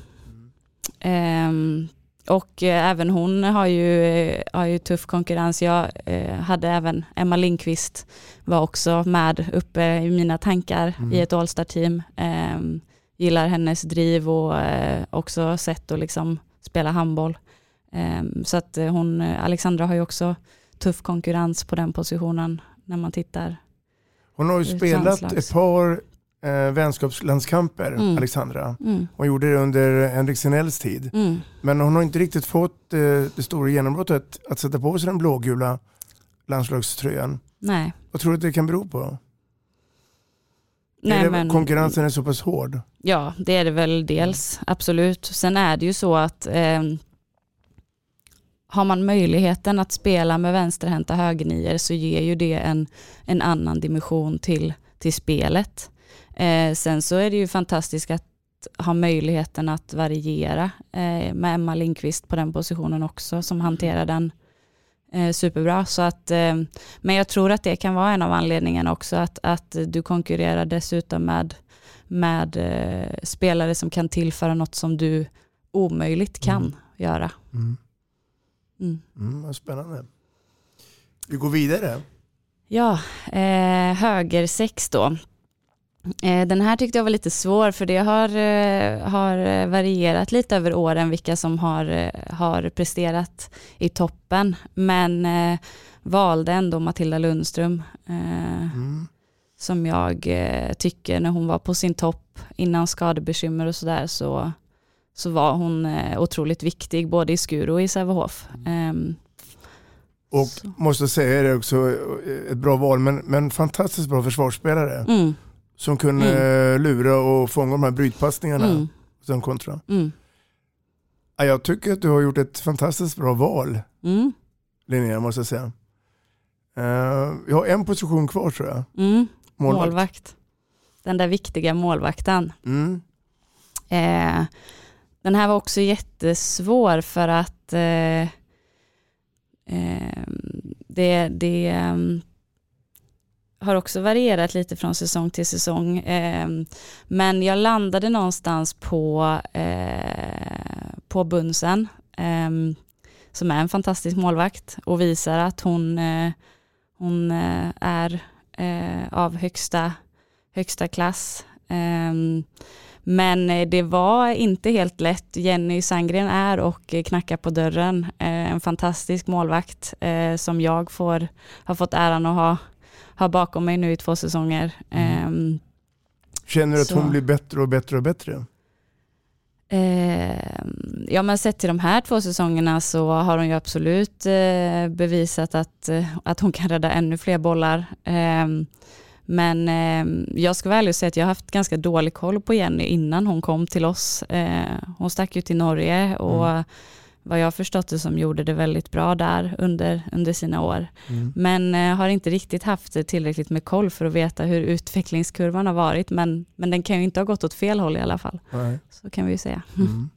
Ehm, och eh, även hon har ju, eh, har ju tuff konkurrens. Jag eh, hade även Emma Lindqvist var också med uppe i mina tankar mm. i ett All-Star-team. Ehm, gillar hennes driv och eh, också sätt att liksom spela handboll. Ehm, så att hon, Alexandra har ju också tuff konkurrens på den positionen. När man tittar. Hon har ju spelat landslags. ett par eh, vänskapslandskamper, mm. Alexandra. Mm. Hon gjorde det under Henrik Sinells tid. Mm. Men hon har inte riktigt fått eh, det stora genombrottet att sätta på sig den blågula landslagströjan. Nej. Vad tror du att det kan bero på? Nej, är det, men, konkurrensen är så pass hård? Ja, det är det väl dels, absolut. Sen är det ju så att eh, har man möjligheten att spela med vänsterhänta högernier så ger ju det en, en annan dimension till, till spelet. Eh, sen så är det ju fantastiskt att ha möjligheten att variera eh, med Emma Lindqvist på den positionen också som hanterar den eh, superbra. Så att, eh, men jag tror att det kan vara en av anledningarna också att, att du konkurrerar dessutom med, med eh, spelare som kan tillföra något som du omöjligt kan mm. göra. Mm. Mm. Mm, vad spännande. Vi går vidare. Ja, eh, höger sex då. Eh, den här tyckte jag var lite svår för det har, eh, har varierat lite över åren vilka som har, eh, har presterat i toppen. Men eh, valde ändå Matilda Lundström eh, mm. som jag eh, tycker när hon var på sin topp innan skadebekymmer och sådär så, så var hon eh, otroligt viktig både i Skuru och i Sävehof. Mm. Eh, och så. Måste säga det också ett bra val men, men fantastiskt bra försvarsspelare. Mm. Som kunde mm. lura och fånga de här brytpassningarna mm. som kontra. Mm. Ja, jag tycker att du har gjort ett fantastiskt bra val. Mm. Linnea, måste jag säga. Uh, jag har en position kvar tror jag. Mm. Målvakt. Målvakt. Den där viktiga målvakten. Mm. Eh, den här var också jättesvår för att eh, eh, det... det um, har också varierat lite från säsong till säsong. Eh, men jag landade någonstans på, eh, på Bunsen eh, som är en fantastisk målvakt och visar att hon, eh, hon eh, är eh, av högsta, högsta klass. Eh, men det var inte helt lätt. Jenny Sandgren är och knackar på dörren. Eh, en fantastisk målvakt eh, som jag får, har fått äran att ha har bakom mig nu i två säsonger. Mm. Um, Känner du att så. hon blir bättre och bättre och bättre? Uh, ja, men sett till de här två säsongerna så har hon ju absolut uh, bevisat att, uh, att hon kan rädda ännu fler bollar. Um, men uh, jag ska väl säga att jag har haft ganska dålig koll på Jenny innan hon kom till oss. Uh, hon stack ju till Norge och mm. vad jag förstått det som gjorde det väldigt bra där under, under sina år. Mm. Men eh, har inte riktigt haft tillräckligt med koll för att veta hur utvecklingskurvan har varit. Men, men den kan ju inte ha gått åt fel håll i alla fall. Nej. Så kan vi ju säga. Mm.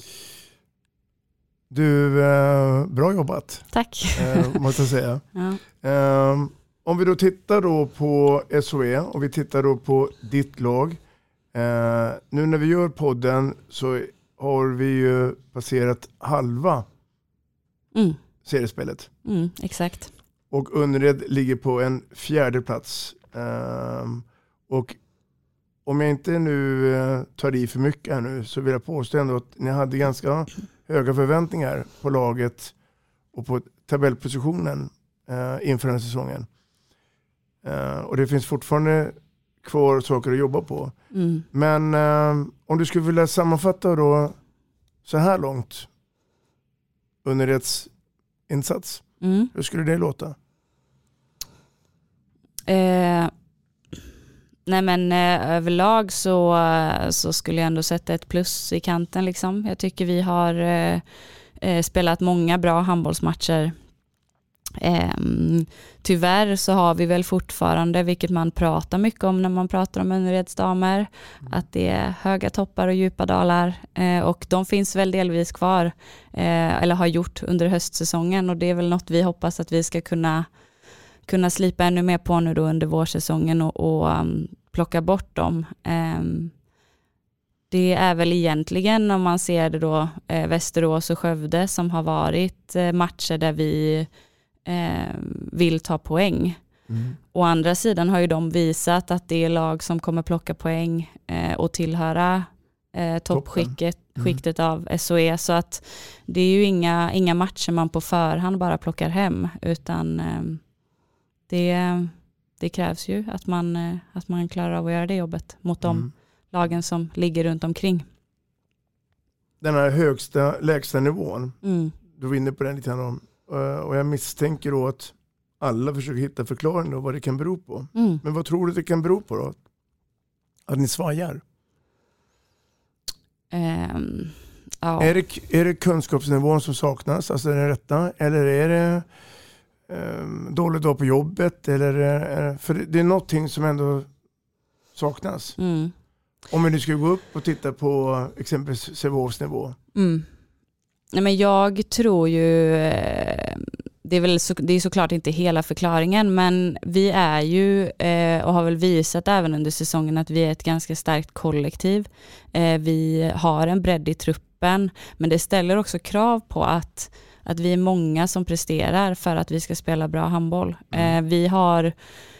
Du, eh, bra jobbat. Tack. Eh, måste jag säga. Ja. Eh, om vi då tittar då på S O E och vi tittar då på ditt lag. Eh, nu när vi gör podden så har vi ju passerat halva mm. seriespelet. Mm, exakt. Och Önnered ligger på en fjärde plats. Um, och om jag inte nu uh, tar i för mycket här nu så vill jag påstå ändå att ni hade ganska höga förväntningar på laget och på tabellpositionen uh, inför den här säsongen. Uh, och det finns fortfarande kvar saker att jobba på. Mm. Men uh, om du skulle vilja sammanfatta då så här långt Önnereds insats. Mm. Hur skulle det låta? Eh, nej men eh, överlag så, så skulle jag ändå sätta ett plus i kanten liksom. Jag tycker vi har eh, spelat många bra handbollsmatcher. Eh, tyvärr så har vi väl fortfarande, vilket man pratar mycket om när man pratar om Önnereds damer, mm. att det är höga toppar och djupa dalar eh, och de finns väl delvis kvar eh, eller har gjort under höstsäsongen och det är väl något vi hoppas att vi ska kunna kunna slipa ännu mer på nu då under vårsäsongen och, och um, plocka bort dem. Eh, det är väl egentligen om man ser det då eh, Västerås och Skövde som har varit eh, matcher där vi Eh, vill ta poäng. Mm. Å andra sidan har ju de visat att det är lag som kommer plocka poäng eh, och tillhöra eh, toppskiktet mm. skiktet av S O E. Så att det är ju inga, inga matcher man på förhand bara plockar hem utan eh, det, det krävs ju att man, eh, att man klarar av att göra det jobbet mot de mm. lagen som ligger runt omkring. Den här högsta, lägsta nivån, mm. du var inne på den lite här om. Och jag misstänker då att alla försöker hitta förklaring då vad det kan bero på. Mm. Men vad tror du det kan bero på då? Att ni svajar? Um, ja. Är det, är det kunskapsnivån som saknas, alltså den rätta? Eller är det um, dålig dag på jobbet? Eller är, för det är någonting som ändå saknas. Mm. Om vi nu ska gå upp och titta på exempelvis Sävehofs nivå. Mm. Nej, men jag tror ju, det är väl så, det är såklart inte hela förklaringen, men vi är ju eh, och har väl visat även under säsongen att vi är ett ganska starkt kollektiv. Eh, vi har en bredd i truppen, men det ställer också krav på att, att vi är många som presterar för att vi ska spela bra handboll. Eh, vi har...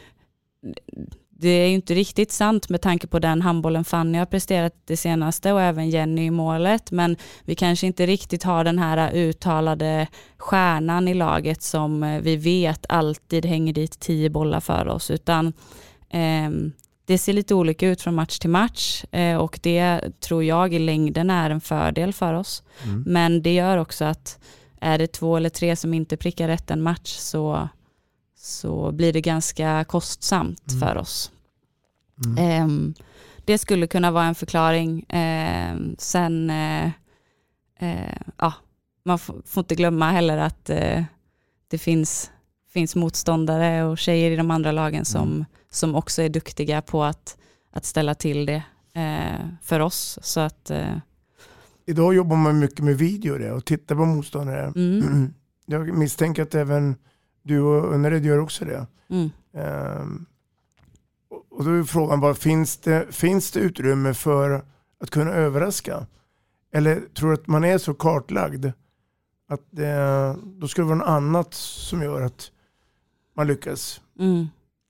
Det är ju inte riktigt sant med tanke på den handbollen Fanny har presterat det senaste och även Jenny i målet, men vi kanske inte riktigt har den här uttalade stjärnan i laget som vi vet alltid hänger dit tio bollar för oss, utan eh, det ser lite olika ut från match till match eh, och det tror jag i längden är en fördel för oss. Mm. Men det gör också att är det två eller tre som inte prickar rätt en match så så blir det ganska kostsamt mm. för oss. Mm. Um, det skulle kunna vara en förklaring. Um, sen, uh, uh, ja, man f- får inte glömma heller att uh, det finns, finns motståndare och tjejer i de andra lagen som, mm. som också är duktiga på att, att ställa till det uh, för oss. Så att, uh, Idag jobbar man mycket med video det, och tittar på motståndare. Mm. Jag misstänker att även du och Önnered gör också det. Mm. Um, och då är frågan bara, finns det, finns det utrymme för att kunna överraska? Eller tror du att man är så kartlagd att det, då ska det vara något annat som gör att man lyckas? Mm.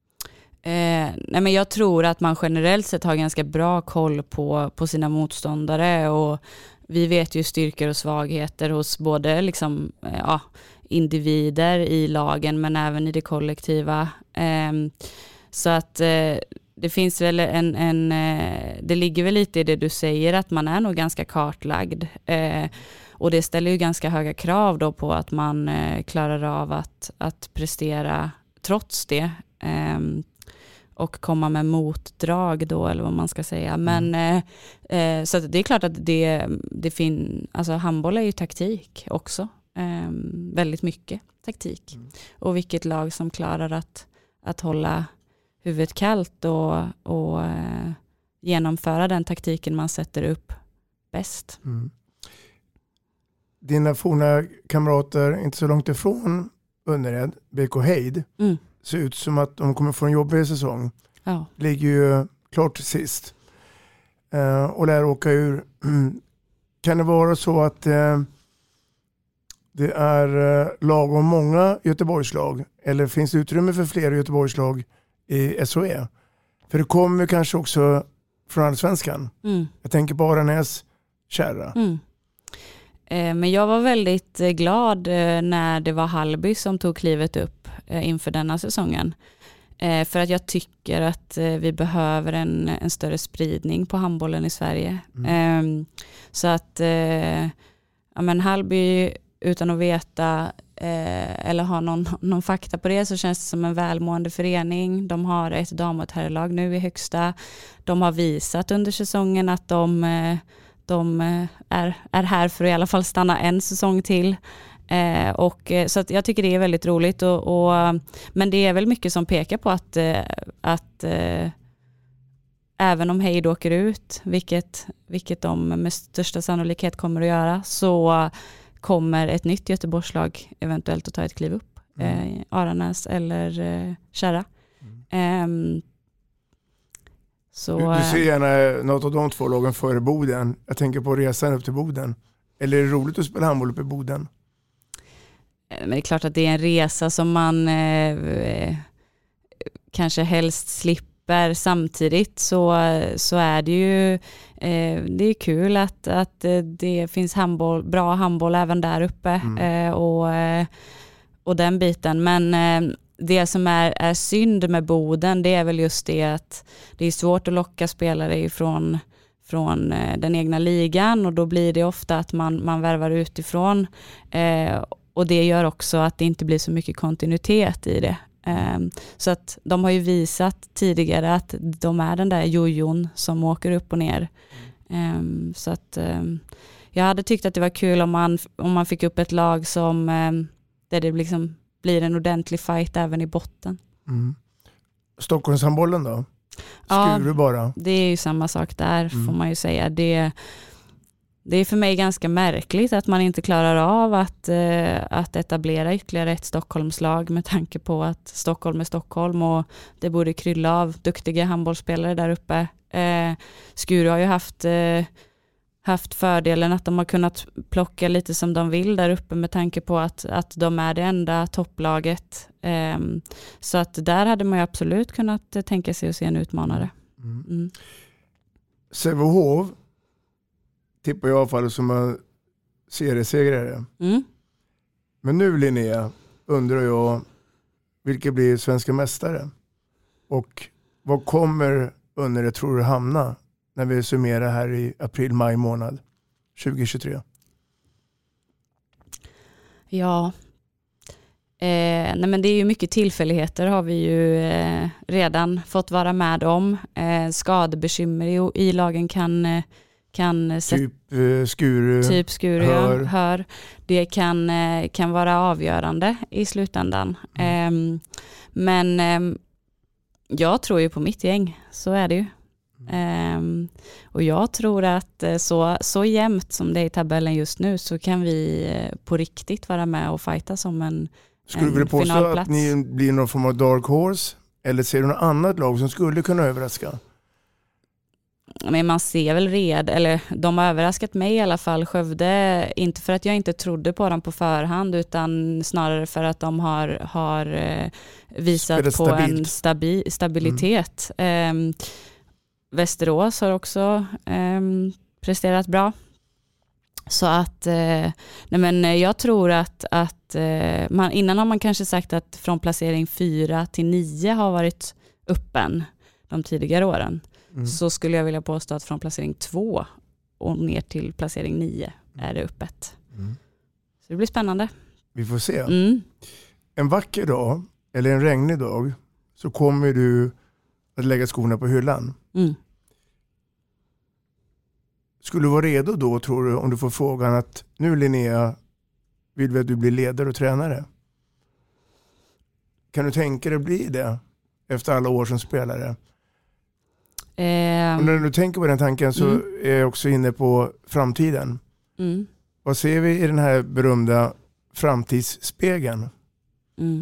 Eh, nej men jag tror att man generellt sett har ganska bra koll på, på sina motståndare, och vi vet ju styrkor och svagheter hos både liksom, eh, ja, individer i lagen men även i det kollektiva. Eh, så att eh, det finns väl en, en eh, det ligger väl lite i det du säger, att man är nog ganska kartlagd. Eh, och det ställer ju ganska höga krav då på att man eh, klarar av att, att prestera trots det. Eh, och komma med motdrag då, eller vad man ska säga. Men mm. eh, så att det är klart att det, det finns, alltså handboll är ju taktik också. Eh, väldigt mycket taktik. Mm. Och vilket lag som klarar att, att hålla huvudet kallt och, och eh, genomföra den taktiken man sätter upp bäst. Mm. Dina forna kamrater inte så långt ifrån Önnered, B K Heid, mm. ser ut som att de kommer få en jobbig säsong. Ja. Ligger ju klart sist. Uh, och lär åka ur. Mm. Kan det vara så att uh, det är uh, lagom många Göteborgslag? Eller finns det utrymme för fler Göteborgslag i S H E? För det kommer kanske också från Allsvenskan. Mm. Jag tänker på Aranäs, Kärra. Mm. Men jag var väldigt glad när det var Hallby som tog klivet upp inför denna säsongen. För att jag tycker att vi behöver en, en större spridning på handbollen i Sverige. Mm. Så att ja, men Hallby, utan att veta eller ha någon, någon fakta på det, så känns det som en välmående förening. De har ett dam- och ett herrlag nu i högsta. De har visat under säsongen att de De är, är här för att i alla fall stanna en säsong till. Eh, och, så att jag tycker det är väldigt roligt. Och, och, men det är väl mycket som pekar på att, att eh, även om Heid åker ut, vilket, vilket de med största sannolikhet kommer att göra, så kommer ett nytt Göteborgslag eventuellt att ta ett kliv upp. Mm. Eh, Aranäs eller eh, Kärra. Mm. Eh, Så, du, du ser gärna något av de två lagen före Boden. Jag tänker på resan upp till Boden. Eller är det roligt att spela handboll uppe i Boden? Men det är klart att det är en resa som man eh, kanske helst slipper. Samtidigt så, så är det ju eh, det är kul att, att det finns handboll, bra handboll även där uppe. Mm. Eh, och, och den biten. Men eh, det som är, är synd med Boden, det är väl just det att det är svårt att locka spelare ifrån från den egna ligan, och då blir det ofta att man, man värvar utifrån. Eh, och det gör också att det inte blir så mycket kontinuitet i det. Um, så att de har ju visat tidigare att de är den där jojon som åker upp och ner. Um, så att um, jag hade tyckt att det var kul om man, om man fick upp ett lag som um, där det liksom blir en ordentlig fight även i botten. Mm. Stockholmshandbollen då? Skuru ja, bara? Det är ju samma sak där mm. får man ju säga. Det, det är för mig ganska märkligt att man inte klarar av att, eh, att etablera ytterligare ett Stockholmslag med tanke på att Stockholm är Stockholm och det borde krylla av duktiga handbollsspelare där uppe. Eh, Skuru har ju haft, eh, haft fördelen att de har kunnat plocka lite som de vill där uppe med tanke på att, att de är det enda topplaget. Eh, så att där hade man ju absolut kunnat eh, tänka sig att se en utmanare. Mm. Mm. Sävehof tippar jag i alla fall som en seriesegrare. Mm. Men nu Linnea undrar jag vilka blir svenska mästare? Och vad kommer under det tror du hamna när vi summerar här i april-maj månad tjugohundratjugotre? Ja, eh, nej men det är ju mycket tillfälligheter har vi ju eh, redan fått vara med om. Eh, skadebekymmer i, i lagen kan, eh, kan typ eh, Skuru, typ Skuru hör. hör. Det kan, eh, kan vara avgörande i slutändan. Mm. Eh, men eh, jag tror ju på mitt gäng, så är det ju. Um, och jag tror att så, så jämnt som det är i tabellen just nu så kan vi på riktigt vara med och fighta som en Skulle du vilja påstå att ni blir någon form av dark horse? Eller ser du något annat lag som skulle kunna överraska? Men man ser väl red, eller de har överraskat mig i alla fall, Skövde, inte för att jag inte trodde på dem på förhand utan snarare för att de har, har visat på stabilt. en stabi, stabilitet. Mm. Um, Västerås har också eh, presterat bra. Så att eh, nej men jag tror att, att eh, man, innan har man kanske sagt att från placering fyra till nio har varit öppen de tidigare åren. Mm. Så skulle jag vilja påstå att från placering två och ner till placering nio är det öppet. Mm. Så det blir spännande. Vi får se. Mm. En vacker dag eller en regnig dag så kommer du att lägga skorna på hyllan. Mm. Skulle du vara redo då, tror du, om du får frågan att nu Linnea vill vi att du blir ledare och tränare? Kan du tänka dig att bli det efter alla år som spelare? Um, och när du tänker på den tanken så mm. är jag också inne på framtiden. Mm. Vad ser vi i den här berömda framtidsspegeln? Mm.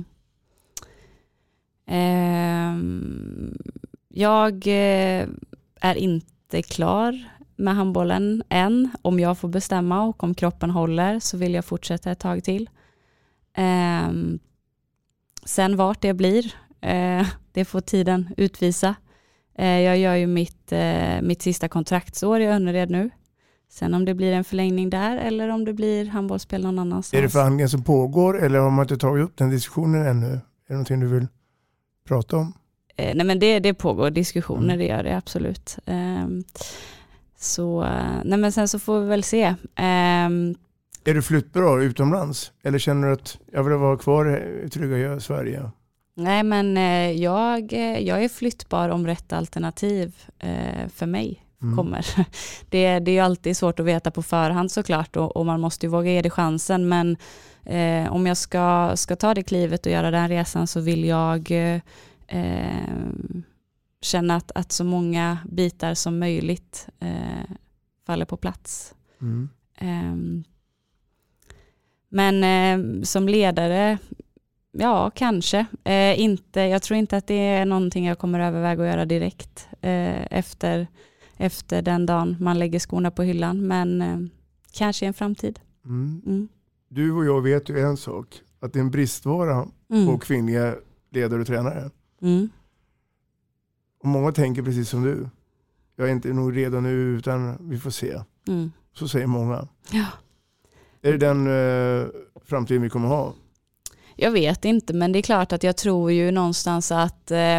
Um, jag eh, är inte klar med handbollen än. Om jag får bestämma och om kroppen håller så vill jag fortsätta ett tag till. Um, sen vart det blir, uh, det får tiden utvisa. Uh, jag gör ju mitt, uh, mitt sista kontraktsår i Önnered nu. Sen om det blir en förlängning där eller om det blir handbollsspel någon annanstans. Är det förhandlingar som pågår eller har man inte tagit upp den diskussionen ännu? Är det någonting du vill prata om? Eh, nej men det, det pågår diskussioner, mm. det gör det absolut. Eh, så, nej men sen så får vi väl se. Eh, är du flyttbra utomlands? Eller känner du att jag vill vara kvar i trygga Sverige? Nej men eh, jag, jag är flyttbar om rätt alternativ eh, för mig mm. kommer. Det, det är ju alltid svårt att veta på förhand såklart och, och man måste ju våga ge det chansen. Men eh, om jag ska, ska ta det klivet och göra den resan så vill jag eh, känna att, att så många bitar som möjligt eh, faller på plats. Mm. Eh, men eh, som ledare, ja kanske. Eh, inte, jag tror inte att det är någonting jag kommer överväga att göra direkt eh, efter, efter den dagen man lägger skorna på hyllan. Men eh, kanske i en framtid. Mm. Mm. Du och jag vet ju en sak. Att det är en bristvara mm. på kvinnliga ledare och tränare. Mm. Och många tänker precis som du. Jag är inte nog redo nu utan vi får se. Mm. Så säger många. Ja. Är det den eh, framtiden vi kommer ha? Jag vet inte, men det är klart att jag tror ju någonstans att eh,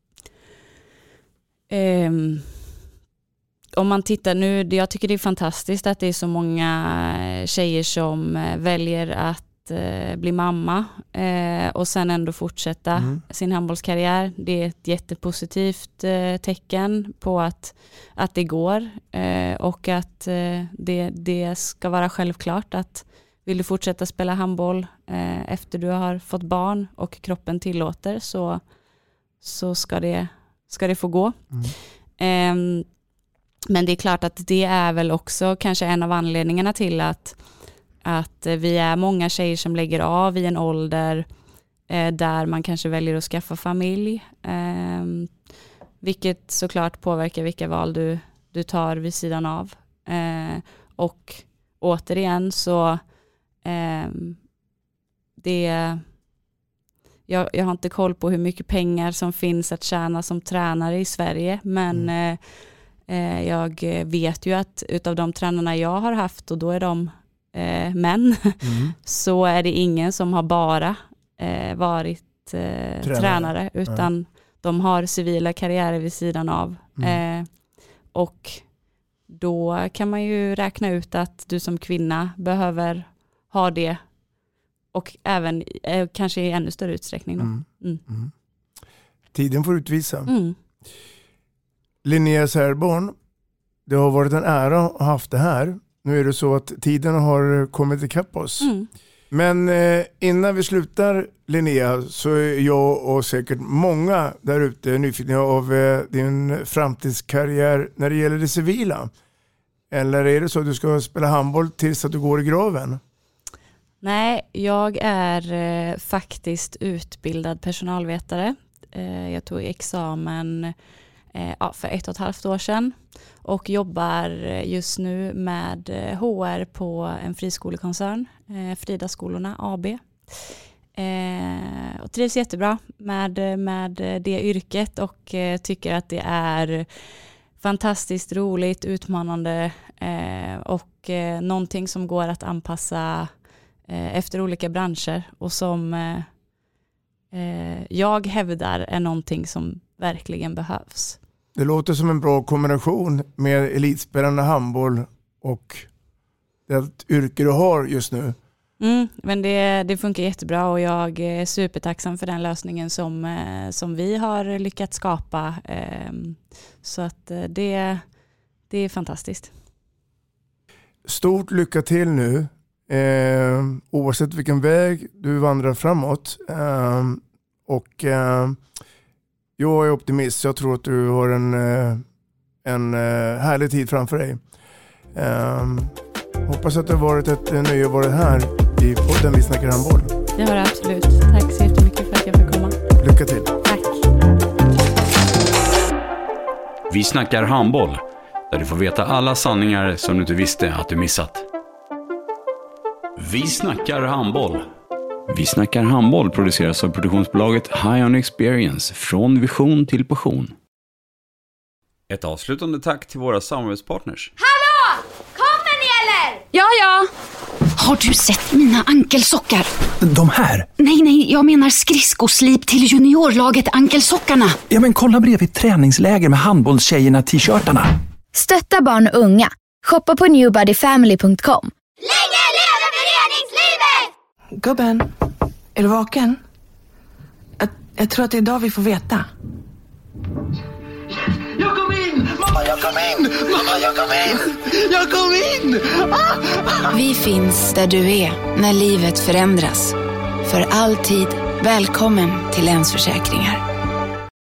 eh, om man tittar nu, jag tycker det är fantastiskt att det är så många tjejer som väljer att att eh, bli mamma eh, och sen ändå fortsätta mm. sin handbollskarriär. Det är ett jättepositivt eh, tecken på att, att det går eh, och att eh, det, det ska vara självklart att vill du fortsätta spela handboll eh, efter du har fått barn och kroppen tillåter så, så ska, det, ska det få gå. Mm. Eh, men det är klart att det är väl också kanske en av anledningarna till att Att vi är många tjejer som lägger av i en ålder eh, där man kanske väljer att skaffa familj. Eh, vilket såklart påverkar vilka val du, du tar vid sidan av. Eh, och återigen så eh, det, jag, jag har inte koll på hur mycket pengar som finns att tjäna som tränare i Sverige. Men mm. eh, jag vet ju att utav de tränarna jag har haft, och då är de Eh, men mm. så är det ingen som har bara eh, varit eh, tränare. tränare utan ja. de har civila karriärer vid sidan av mm. eh, och då kan man ju räkna ut att du som kvinna behöver ha det och även eh, kanske i ännu större utsträckning då. Mm. Mm. Mm. Tiden får utvisa. Mm. Linnea Särborn, det har varit en ära att ha haft det här. Nu är det så att tiden har kommit ikapp oss. Mm. Men eh, innan vi slutar, Linnea, så är jag och säkert många där ute nyfikna av eh, din framtidskarriär när det gäller det civila. Eller är det så att du ska spela handboll tills att du går i graven? Nej, jag är eh, faktiskt utbildad personalvetare. Eh, jag tog examen eh, ja, för ett och ett halvt år sedan. Och jobbar just nu med H R på en friskolekoncern, eh, Fridaskolorna A B. Eh, och trivs jättebra med, med det yrket och eh, tycker att det är fantastiskt roligt, utmanande eh, och eh, någonting som går att anpassa eh, efter olika branscher och som eh, eh, jag hävdar är någonting som verkligen behövs. Det låter som en bra kombination med elitspelande handboll och det yrke du har just nu. Mm, men det, det funkar jättebra och jag är supertacksam för den lösningen som, som vi har lyckats skapa. Så att det, det är fantastiskt. Stort lycka till nu, eh, oavsett vilken väg du vandrar framåt. Eh, och... Eh, Jag är optimist. Jag tror att du har en, en härlig tid framför dig. Um, hoppas att det har varit ett nöje att vara här i podden Vi snackar handboll. Det har det absolut. Tack så jättemycket för att jag fick komma. Lycka till. Tack. Vi snackar handboll, där du får veta alla sanningar som du inte visste att du missat. Vi snackar handboll. Vi snackar handboll produceras av produktionsbolaget High On Experience, från vision till passion. Ett avslutande tack till våra samarbetspartners. Hallå! Kommer ni eller? Ja, ja. Har du sett mina ankelsockar? De här? Nej, nej, jag menar skridskoslip till juniorlaget Ankelsockarna. Ja, men kolla bredvid träningsläger med handbollstjejerna t-shirtarna. Stötta barn och unga. Shoppa på new body family punkt com. Länge leve föreningslivet! Gubben, är du vaken? Jag, jag tror att det är idag vi får veta. Jag kom in! Mamma, jag kom in! Mamma, jag kom in! Jag kom in! Ah! Vi finns där du är när livet förändras. För alltid välkommen till Länsförsäkringar.